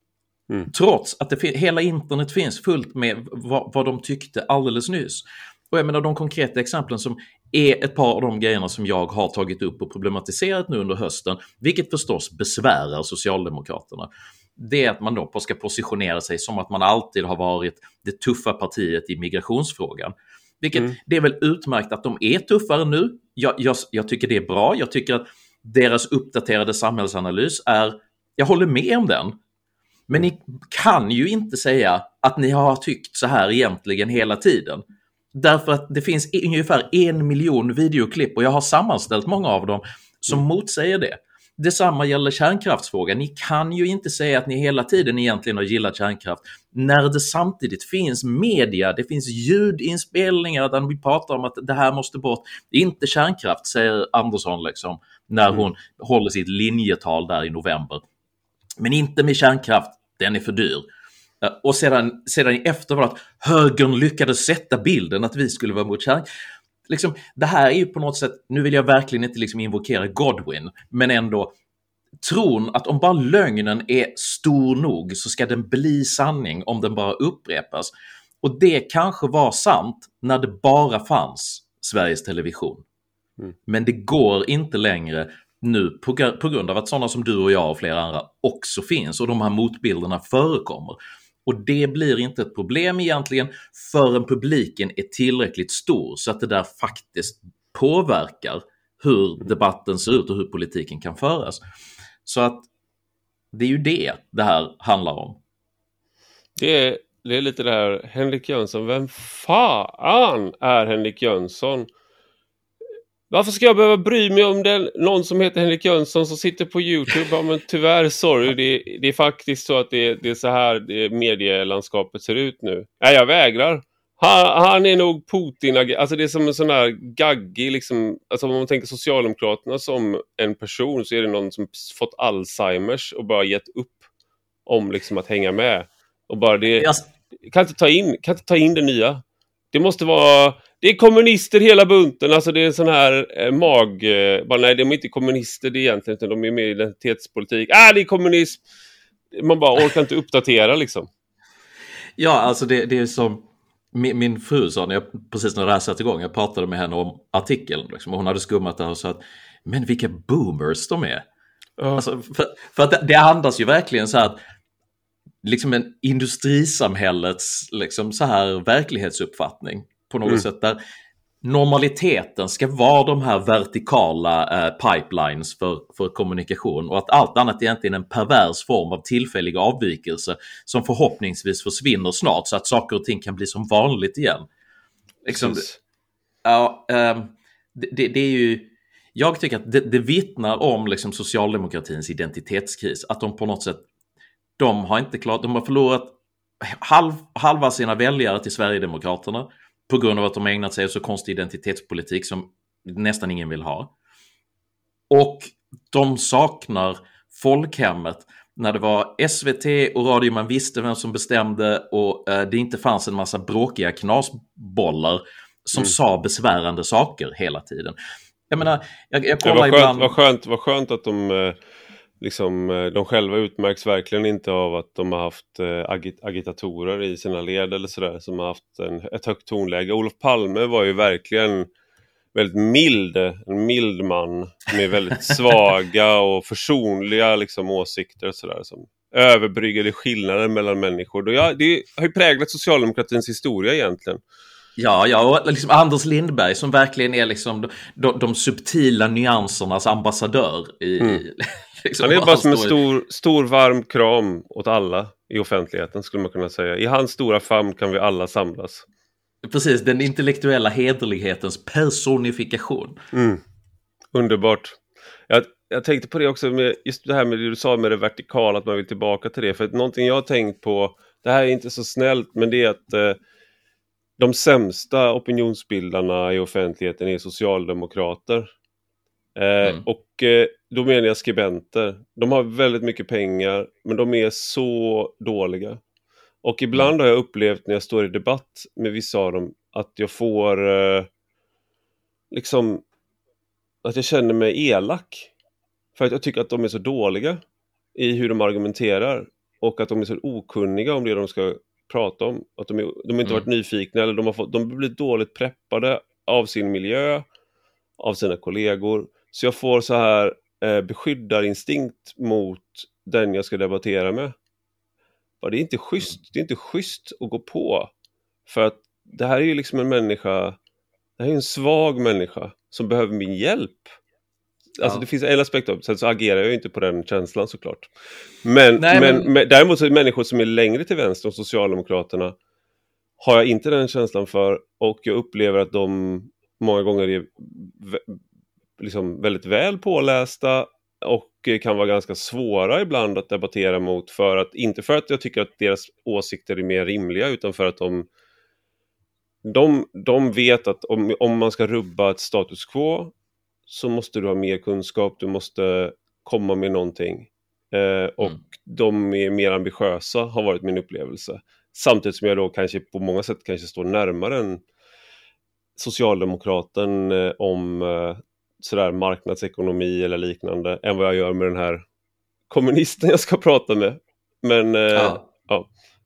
Mm. Trots att det, hela internet finns fullt med vad, vad de tyckte alldeles nyss. Och jag menar, de konkreta exemplen som är ett par av de grejerna som jag har tagit upp och problematiserat nu under hösten, vilket förstås besvärar Socialdemokraterna, det är att man då ska positionera sig som att man alltid har varit det tuffa partiet i migrationsfrågan. Vilket mm. det är väl utmärkt att de är tuffare nu. Jag, jag, jag tycker det är bra. Jag tycker att deras uppdaterade samhällsanalys är, jag håller med om den. Men ni kan ju inte säga att ni har tyckt så här egentligen hela tiden. Därför att det finns ungefär en miljon videoklipp, och jag har sammanställt många av dem som mm. motsäger det. Detsamma gäller kärnkraftsfrågan. Ni kan ju inte säga att ni hela tiden egentligen har gillat kärnkraft, när det samtidigt finns media, det finns ljudinspelningar där vi pratar om att det här måste bort. Inte kärnkraft, säger Andersson liksom, när hon mm. håller sitt linjetal där i november. Men inte med kärnkraft, den är för dyr. Och sedan, sedan efter var att högern lyckades sätta bilden att vi skulle vara mot kärnkraft. Liksom, det här är ju på något sätt, nu vill jag verkligen inte liksom invokera Godwin, men ändå tron att om bara lögnen är stor nog så ska den bli sanning om den bara upprepas. Och det kanske var sant när det bara fanns Sveriges Television. Mm. Men det går inte längre nu på, på grund av att sådana som du och jag och flera andra också finns, och de här motbilderna förekommer. Och det blir inte ett problem egentligen förrän publiken är tillräckligt stor så att det där faktiskt påverkar hur debatten ser ut och hur politiken kan föras. Så att det är ju det det här handlar om. Det är, det är lite det här, Henrik Jönsson, vem fan är Henrik Jönsson? Varför ska jag behöva bry mig om den, någon som heter Henrik Jönsson som sitter på YouTube? Ja, men tyvärr, sorry, det, det är faktiskt så att det, det är så här det medielandskapet ser ut nu. Nej, jag vägrar. Han, han är nog Putin, alltså det är som en sån här gaggig, liksom, alltså om man tänker Socialdemokraterna som en person, så är det någon som fått Alzheimers och bara gett upp om liksom att hänga med. Och bara det, kan inte ta in, kan inte ta in det nya. Det måste vara, det är kommunister hela bunten, alltså det är en sån här eh, mag, eh, bara, nej, de är inte kommunister det är egentligen, utan de är med i identitetspolitik. Ah, det är kommunism! Man bara orkar inte uppdatera liksom. Ja, alltså det, det är som min, min fru sa, när jag, precis när det här satt igång, jag pratade med henne om artikeln liksom, och hon hade skummat det och sa att, men vilka boomers de är. Uh. Alltså, för, för att det, det andas ju verkligen så här att liksom en industrisamhällets liksom så här verklighetsuppfattning på något mm. sätt, där normaliteten ska vara de här vertikala eh, pipelines för, för kommunikation, och att allt annat egentligen är en pervers form av tillfällig avvikelse som förhoppningsvis försvinner snart så att saker och ting kan bli som vanligt igen. Liksom, ja, eh, det, det är ju jag tycker att det, det vittnar om liksom socialdemokratins identitetskris. Att de på något sätt, de har inte klart, de har förlorat halv, halva sina väljare till Sverigedemokraterna på grund av att de har ägnat sig åt så konstig identitetspolitik som nästan ingen vill ha. Och de saknar folkhemmet. När det var S V T och radio, man visste vem som bestämde och eh, det inte fanns en massa bråkiga knasbollar som mm. sa besvärande saker hela tiden. Jag menar, jag, jag kollar ja, vad, skönt, ibland... vad, skönt, vad skönt att de, liksom, de själva utmärks verkligen inte av att de har haft agit, agitatorer i sina led eller sådär, som har haft en, ett högt tonläge. Olof Palme var ju verkligen väldigt mild, en mild man med väldigt svaga och försonliga liksom, åsikter och sådär, som överbryggade skillnader mellan människor. Och ja, det har ju präglat socialdemokratins historia egentligen. Ja, ja, och liksom Anders Lindberg som verkligen är liksom de, de, de subtila nyansernas ambassadör i, mm. i liksom, han är bara som en stor, stor varm kram åt alla i offentligheten, skulle man kunna säga. I hans stora famn kan vi alla samlas. Precis, den intellektuella hederlighetens personifikation. Mm. Underbart. Jag, jag tänkte på det också, med just det här med det du sa med det vertikala, att man vill tillbaka till det. För att någonting jag har tänkt på, det här är inte så snällt, men det är att eh, de sämsta opinionsbildarna i offentligheten är socialdemokrater. Eh, mm. Och eh, då menar jag skribenter. De har väldigt mycket pengar, men de är så dåliga. Och ibland mm. har jag upplevt när jag står i debatt med vissa av dem att jag får eh, liksom att jag känner mig elak. För att jag tycker att de är så dåliga i hur de argumenterar. Och att de är så okunniga om det de ska prata om. Att de, är, de har inte mm. varit nyfikna, eller de har fått, de har blivit dåligt preppade av sin miljö, av sina kollegor. Så jag får så här eh, beskyddarinstinkt mot den jag ska debattera med. Och det är inte schysst, det är inte schysst att gå på. För att det här är ju liksom en människa, det här är en svag människa som behöver min hjälp. Alltså ja. Det finns en aspekt av, sen så agerar jag ju inte på den känslan såklart. Men, Nej, men, men... men däremot så är människor som är längre till vänster om Socialdemokraterna har jag inte den känslan för, och jag upplever att de många gånger är liksom väldigt väl pålästa och kan vara ganska svåra ibland att debattera mot, för att, inte för att jag tycker att deras åsikter är mer rimliga, utan för att de de, de vet att om, om man ska rubba ett status quo så måste du ha mer kunskap, du måste komma med någonting. Eh, och mm. de är mer ambitiösa, har varit min upplevelse. Samtidigt som jag då kanske på många sätt kanske står närmare än socialdemokraten eh, om eh, sådär marknadsekonomi eller liknande, än vad jag gör med den här kommunisten jag ska prata med. Men eh, ja. ja.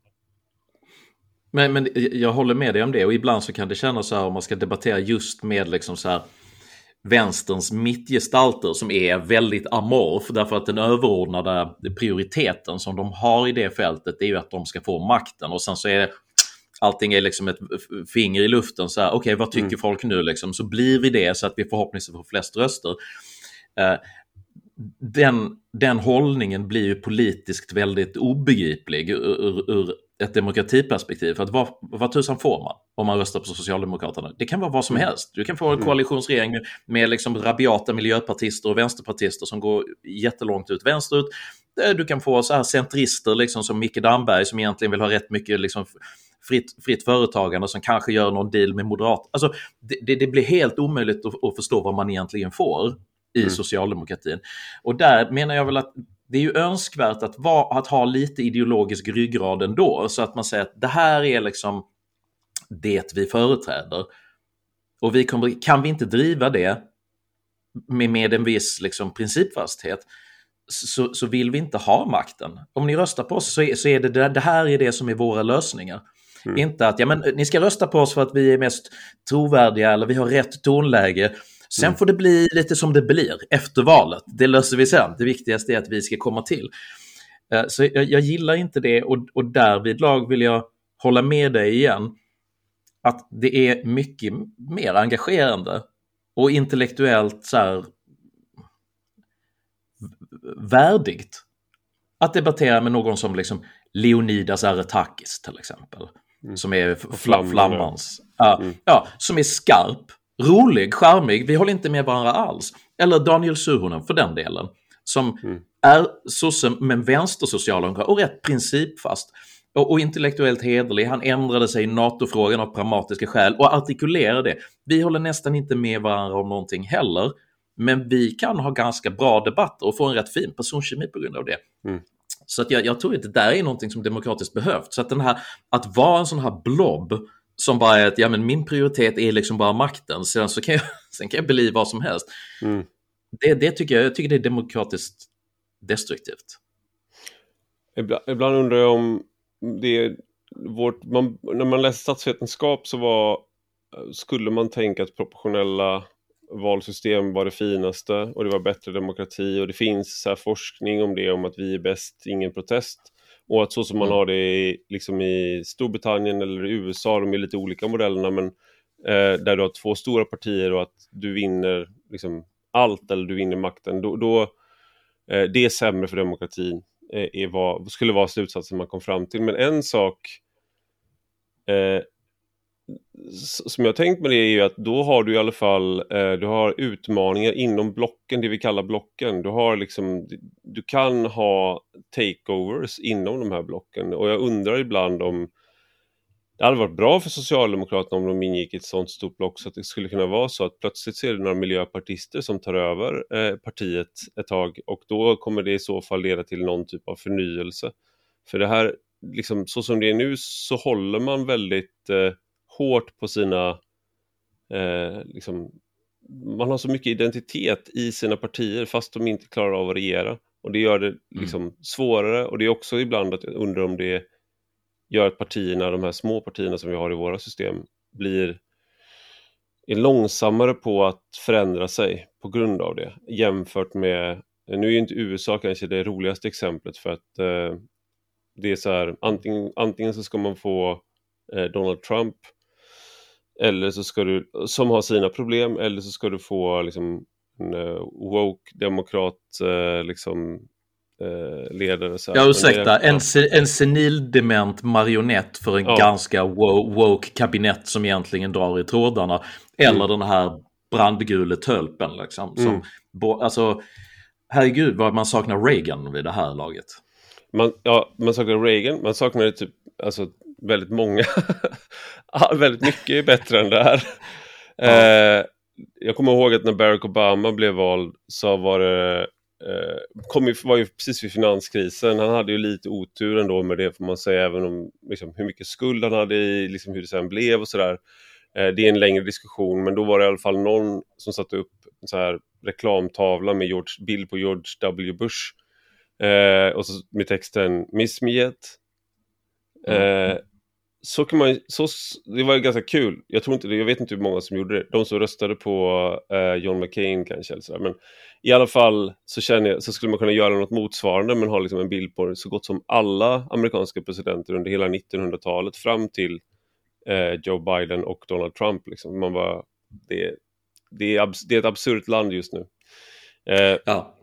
Men, men jag håller med dig om det, och ibland så kan det kännas så här, om man ska debattera just med liksom så här vänsterns mittgestalter som är väldigt amorf, därför att den överordnade prioriteten som de har i det fältet är ju att de ska få makten, och sen så är det, allting är liksom ett finger i luften så här, okej, okay, vad tycker mm. folk nu liksom, så blir vi det så att vi förhoppningsvis får flest röster. Uh, den, den hållningen blir ju politiskt väldigt obegriplig ur, ur, ur ett demokratiperspektiv, för att vad, vad tusan får man om man röstar på Socialdemokraterna? Det kan vara vad som helst. Du kan få en koalitionsregering med, med liksom rabiata miljöpartister och vänsterpartister som går jättelångt ut vänsterut. Du kan få så här centrister liksom som Micke Damberg som egentligen vill ha rätt mycket liksom fritt, fritt företagande, som kanske gör någon deal med moderat. Alltså det, det, det blir helt omöjligt att, att förstå vad man egentligen får i mm. socialdemokratin. Och där menar jag väl att det är ju önskvärt att, va, att ha lite ideologisk ryggrad ändå, så att man säger att det här är liksom det vi företräder. Och vi kommer, kan vi inte driva det med, med en viss liksom principfasthet, så, så vill vi inte ha makten. Om ni röstar på oss så är, så är det, det här är det som är våra lösningar. Mm. Inte att ja, men, ni ska rösta på oss för att vi är mest trovärdiga eller vi har rätt tonläge. Sen mm. får det bli lite som det blir efter valet. Det löser vi sen. Det viktigaste är att vi ska komma till. Så jag, jag gillar inte det, och, och därvidlag vill jag hålla med dig igen. Att det är mycket mer engagerande och intellektuellt så här värdigt att debattera med någon som liksom Leonidas Aretakis till exempel. Mm. Som är fl- flammans. Ja, mm. ja, som är skarp. rolig, charmig, vi håller inte med varandra alls. Eller Daniel Suhonen för den delen, som mm. är sosse men vänstersocialdemokrat och rätt principfast och, och intellektuellt hederlig. Han ändrade sig i NATO-frågan av pragmatiska skäl och artikulerade det. Vi håller nästan inte med varandra om någonting heller, men vi kan ha ganska bra debatter och få en rätt fin personkemi på grund av det. Mm. Så att jag, jag tror att det där är någonting som demokratiskt behövt. Så att den här, att vara en sån här blob som bara är att ja, men min prioritet är liksom bara makten, sen så kan jag, sen kan jag bli vad som helst. Mm. Det, det tycker jag, jag tycker det är demokratiskt destruktivt. Ibland, ibland undrar jag om det är vårt, man, när man läser statsvetenskap så var, skulle man tänka att proportionella valsystem var det finaste och det var bättre demokrati, och det finns så här forskning om det, om att vi är bäst, ingen protest, och att så som man mm. har det i, liksom i Storbritannien eller i U S A, de är lite olika modellerna, men eh, där du har två stora partier och att du vinner liksom allt eller du vinner makten, då, då eh, det är sämre för demokratin, eh, är vad, skulle vara slutsatsen man kom fram till. Men en sak eh, som jag har tänkt med det är ju att då har du i alla fall eh, du har utmaningar inom blocken, det vi kallar blocken. Du har liksom, du kan ha takeovers inom de här blocken, och jag undrar ibland om det hade varit bra för Socialdemokraterna om de ingick i ett sånt stort block, så att det skulle kunna vara så att plötsligt ser det några miljöpartister som tar över eh, partiet ett tag, och då kommer det i så fall leda till någon typ av förnyelse. För det här, liksom, så som det är nu så håller man väldigt eh, hårt på sina eh, liksom, man har så mycket identitet i sina partier fast de inte klarar av att regera, och det gör det liksom mm. svårare, och det är också ibland att jag undrar om det gör att partierna, de här små partierna som vi har i våra system, blir är långsammare på att förändra sig på grund av det, jämfört med, nu är ju inte U S A kanske det roligaste exemplet, för att eh, det är så här, antingen, antingen så ska man få eh, Donald Trump, eller så ska du, som har sina problem, eller så ska du få liksom en uh, woke-demokrat uh, liksom uh, ledare. Så här. Ja, ursäkta, en, en senildement marionett för en ja. ganska woke-kabinett som egentligen drar i trådarna. Eller mm. den här brandgule tölpen liksom. Som, mm. bo, alltså, herregud vad man saknar Reagan vid det här laget. Man, ja, man saknar Reagan, man saknar typ, alltså väldigt många väldigt mycket är bättre än det här. Ja. Eh, jag kommer ihåg att när Barack Obama blev vald så var det eh, kom ju, var ju precis vid finanskrisen. Han hade ju lite otur ändå med det, får man säga, även om liksom, hur mycket skuld han hade i liksom, hur det sen blev och sådär. Eh, det är en längre diskussion, men då var det i alla fall någon som satte upp en så här reklamtavla med George, bild på George W. Bush eh, och så med texten "Miss me yet?" Mm. Eh, så kan man, så, det var ganska kul. Jag tror inte, jag vet inte hur många som gjorde det. De som röstade på eh, John McCain kanske eller sådär. Men i alla fall så känner jag, så skulle man kunna göra något motsvarande, men ha liksom en bild på så gott som alla amerikanska presidenter under hela nittonhundratalet fram till eh, Joe Biden och Donald Trump liksom. Man bara, det, det, är abs- det är ett absurt land just nu. Eh, ja.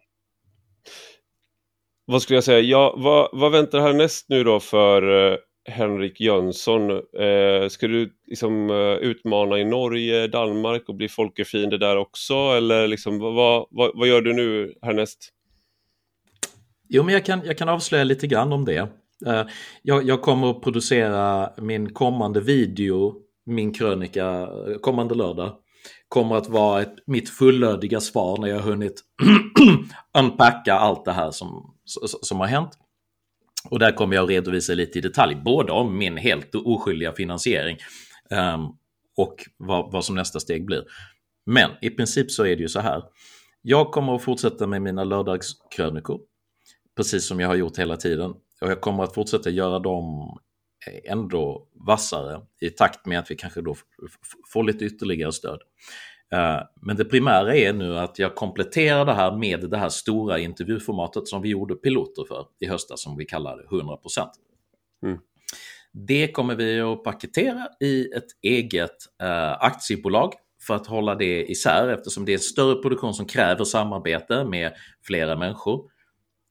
Vad skulle jag säga? Ja, vad, vad väntar härnäst nu då för eh, Henrik Jönsson? Eh, ska du liksom uh, utmana i Norge, Danmark och bli folkefiende där också? Eller liksom, vad, vad, vad gör du nu härnäst? Jo, men jag kan, jag kan avslöja lite grann om det. Uh, jag, jag kommer att producera min kommande video, min krönika, kommande lördag. Kommer att vara ett, mitt fullödiga svar när jag har hunnit unpacka allt det här som, som har hänt. Och där kommer jag att redovisa lite i detalj, både om min helt oskyldiga finansiering um, och vad, vad som nästa steg blir. Men i princip så är det ju så här. Jag kommer att fortsätta med mina lördagskrönikor, precis som jag har gjort hela tiden. Och jag kommer att fortsätta göra dem ändå vassare i takt med att vi kanske då får lite ytterligare stöd. Men det primära är nu att jag kompletterar det här med det här stora intervjuformatet som vi gjorde piloter för i höstas, som vi kallade hundra procent. Mm. Det kommer vi att paketera i ett eget äh, aktiebolag för att hålla det isär, eftersom det är en större produktion som kräver samarbete med flera människor.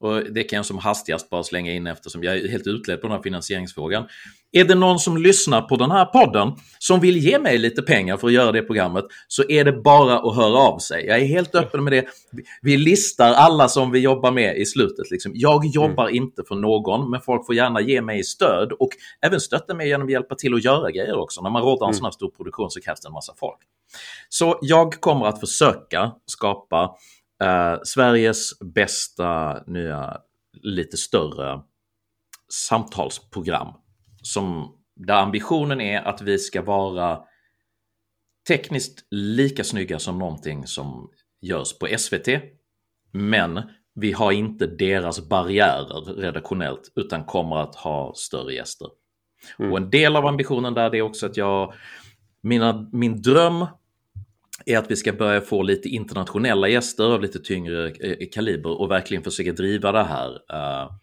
Och det kan jag som hastigast bara slänga in eftersom jag är helt utledd på den här finansieringsfrågan. Är det någon som lyssnar på den här podden som vill ge mig lite pengar för att göra det programmet, så är det bara att höra av sig. Jag är helt öppen med det. Vi listar alla som vi jobbar med i slutet. Liksom. Jag jobbar mm. inte för någon, men folk får gärna ge mig stöd och även stötta mig genom att hjälpa till att göra grejer också. När man rådar en mm. sån här stor produktion så krävs det en massa folk. Så jag kommer att försöka skapa Uh, Sveriges bästa nya, lite större samtalsprogram som, där ambitionen är att vi ska vara tekniskt lika snygga som någonting som görs på S V T, men vi har inte deras barriärer redaktionellt utan kommer att ha större gäster. Mm. Och en del av ambitionen där är också att jag mina, min dröm är att vi ska börja få lite internationella gäster av lite tyngre kaliber och verkligen försöka driva det här uh,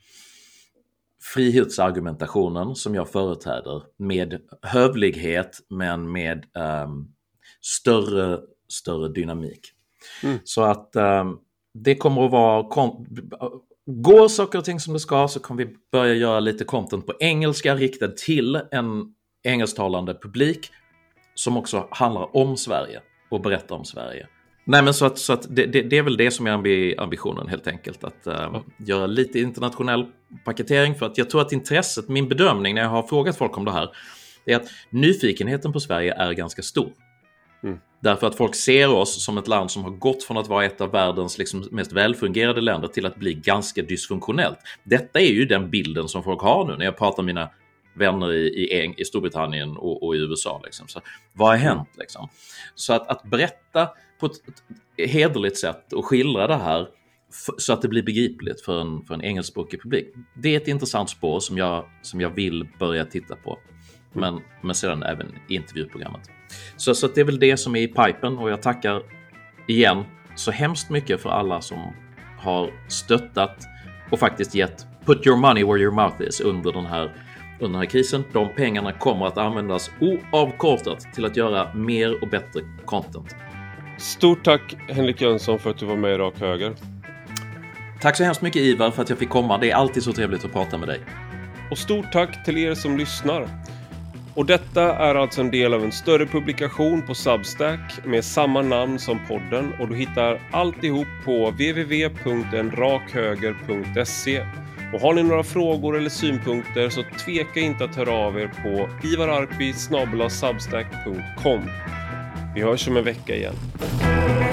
frihetsargumentationen som jag företräder med hövlighet men med um, större, större dynamik. Mm. Så att um, det kommer att vara kom- går saker och ting som det ska, så kommer vi börja göra lite content på engelska riktad till en engelsktalande publik som också handlar om Sverige och berätta om Sverige. Nej, men så att, så att det, det, det är väl det som är ambitionen helt enkelt. Att uh, mm. göra lite internationell paketering. För att jag tror att intresset, min bedömning när jag har frågat folk om det här, är att nyfikenheten på Sverige är ganska stor. Mm. Därför att folk ser oss som ett land som har gått från att vara ett av världens liksom mest välfungerande länder till att bli ganska dysfunktionellt. Detta är ju den bilden som folk har nu när jag pratar med mina vänner i, i, i Storbritannien och, och i U S A. Liksom. Så, vad har hänt? Liksom? Så att, att berätta på ett, ett hederligt sätt och skildra det här f- så att det blir begripligt för en, för en engelskspråkig publik. Det är ett intressant spår som jag, som jag vill börja titta på. Men, men sedan även intervjuprogrammet. Så, så det är väl det som är i pipen, och jag tackar igen så hemskt mycket för alla som har stöttat och faktiskt gett put your money where your mouth is under den här Under den här krisen. De pengarna kommer att användas oavkortat till att göra mer och bättre content. Stort tack Henrik Jönsson för att du var med i Rak Höger. Tack så hemskt mycket Ivar för att jag fick komma. Det är alltid så trevligt att prata med dig. Och stort tack till er som lyssnar. Och detta är alltså en del av en större publikation på Substack med samma namn som podden, och du hittar alltihop på w w w punkt en rak höger punkt se. Och har ni några frågor eller synpunkter så tveka inte att höra av er på ivararpi snabel-a substack punkt com. Vi hörs om en vecka igen.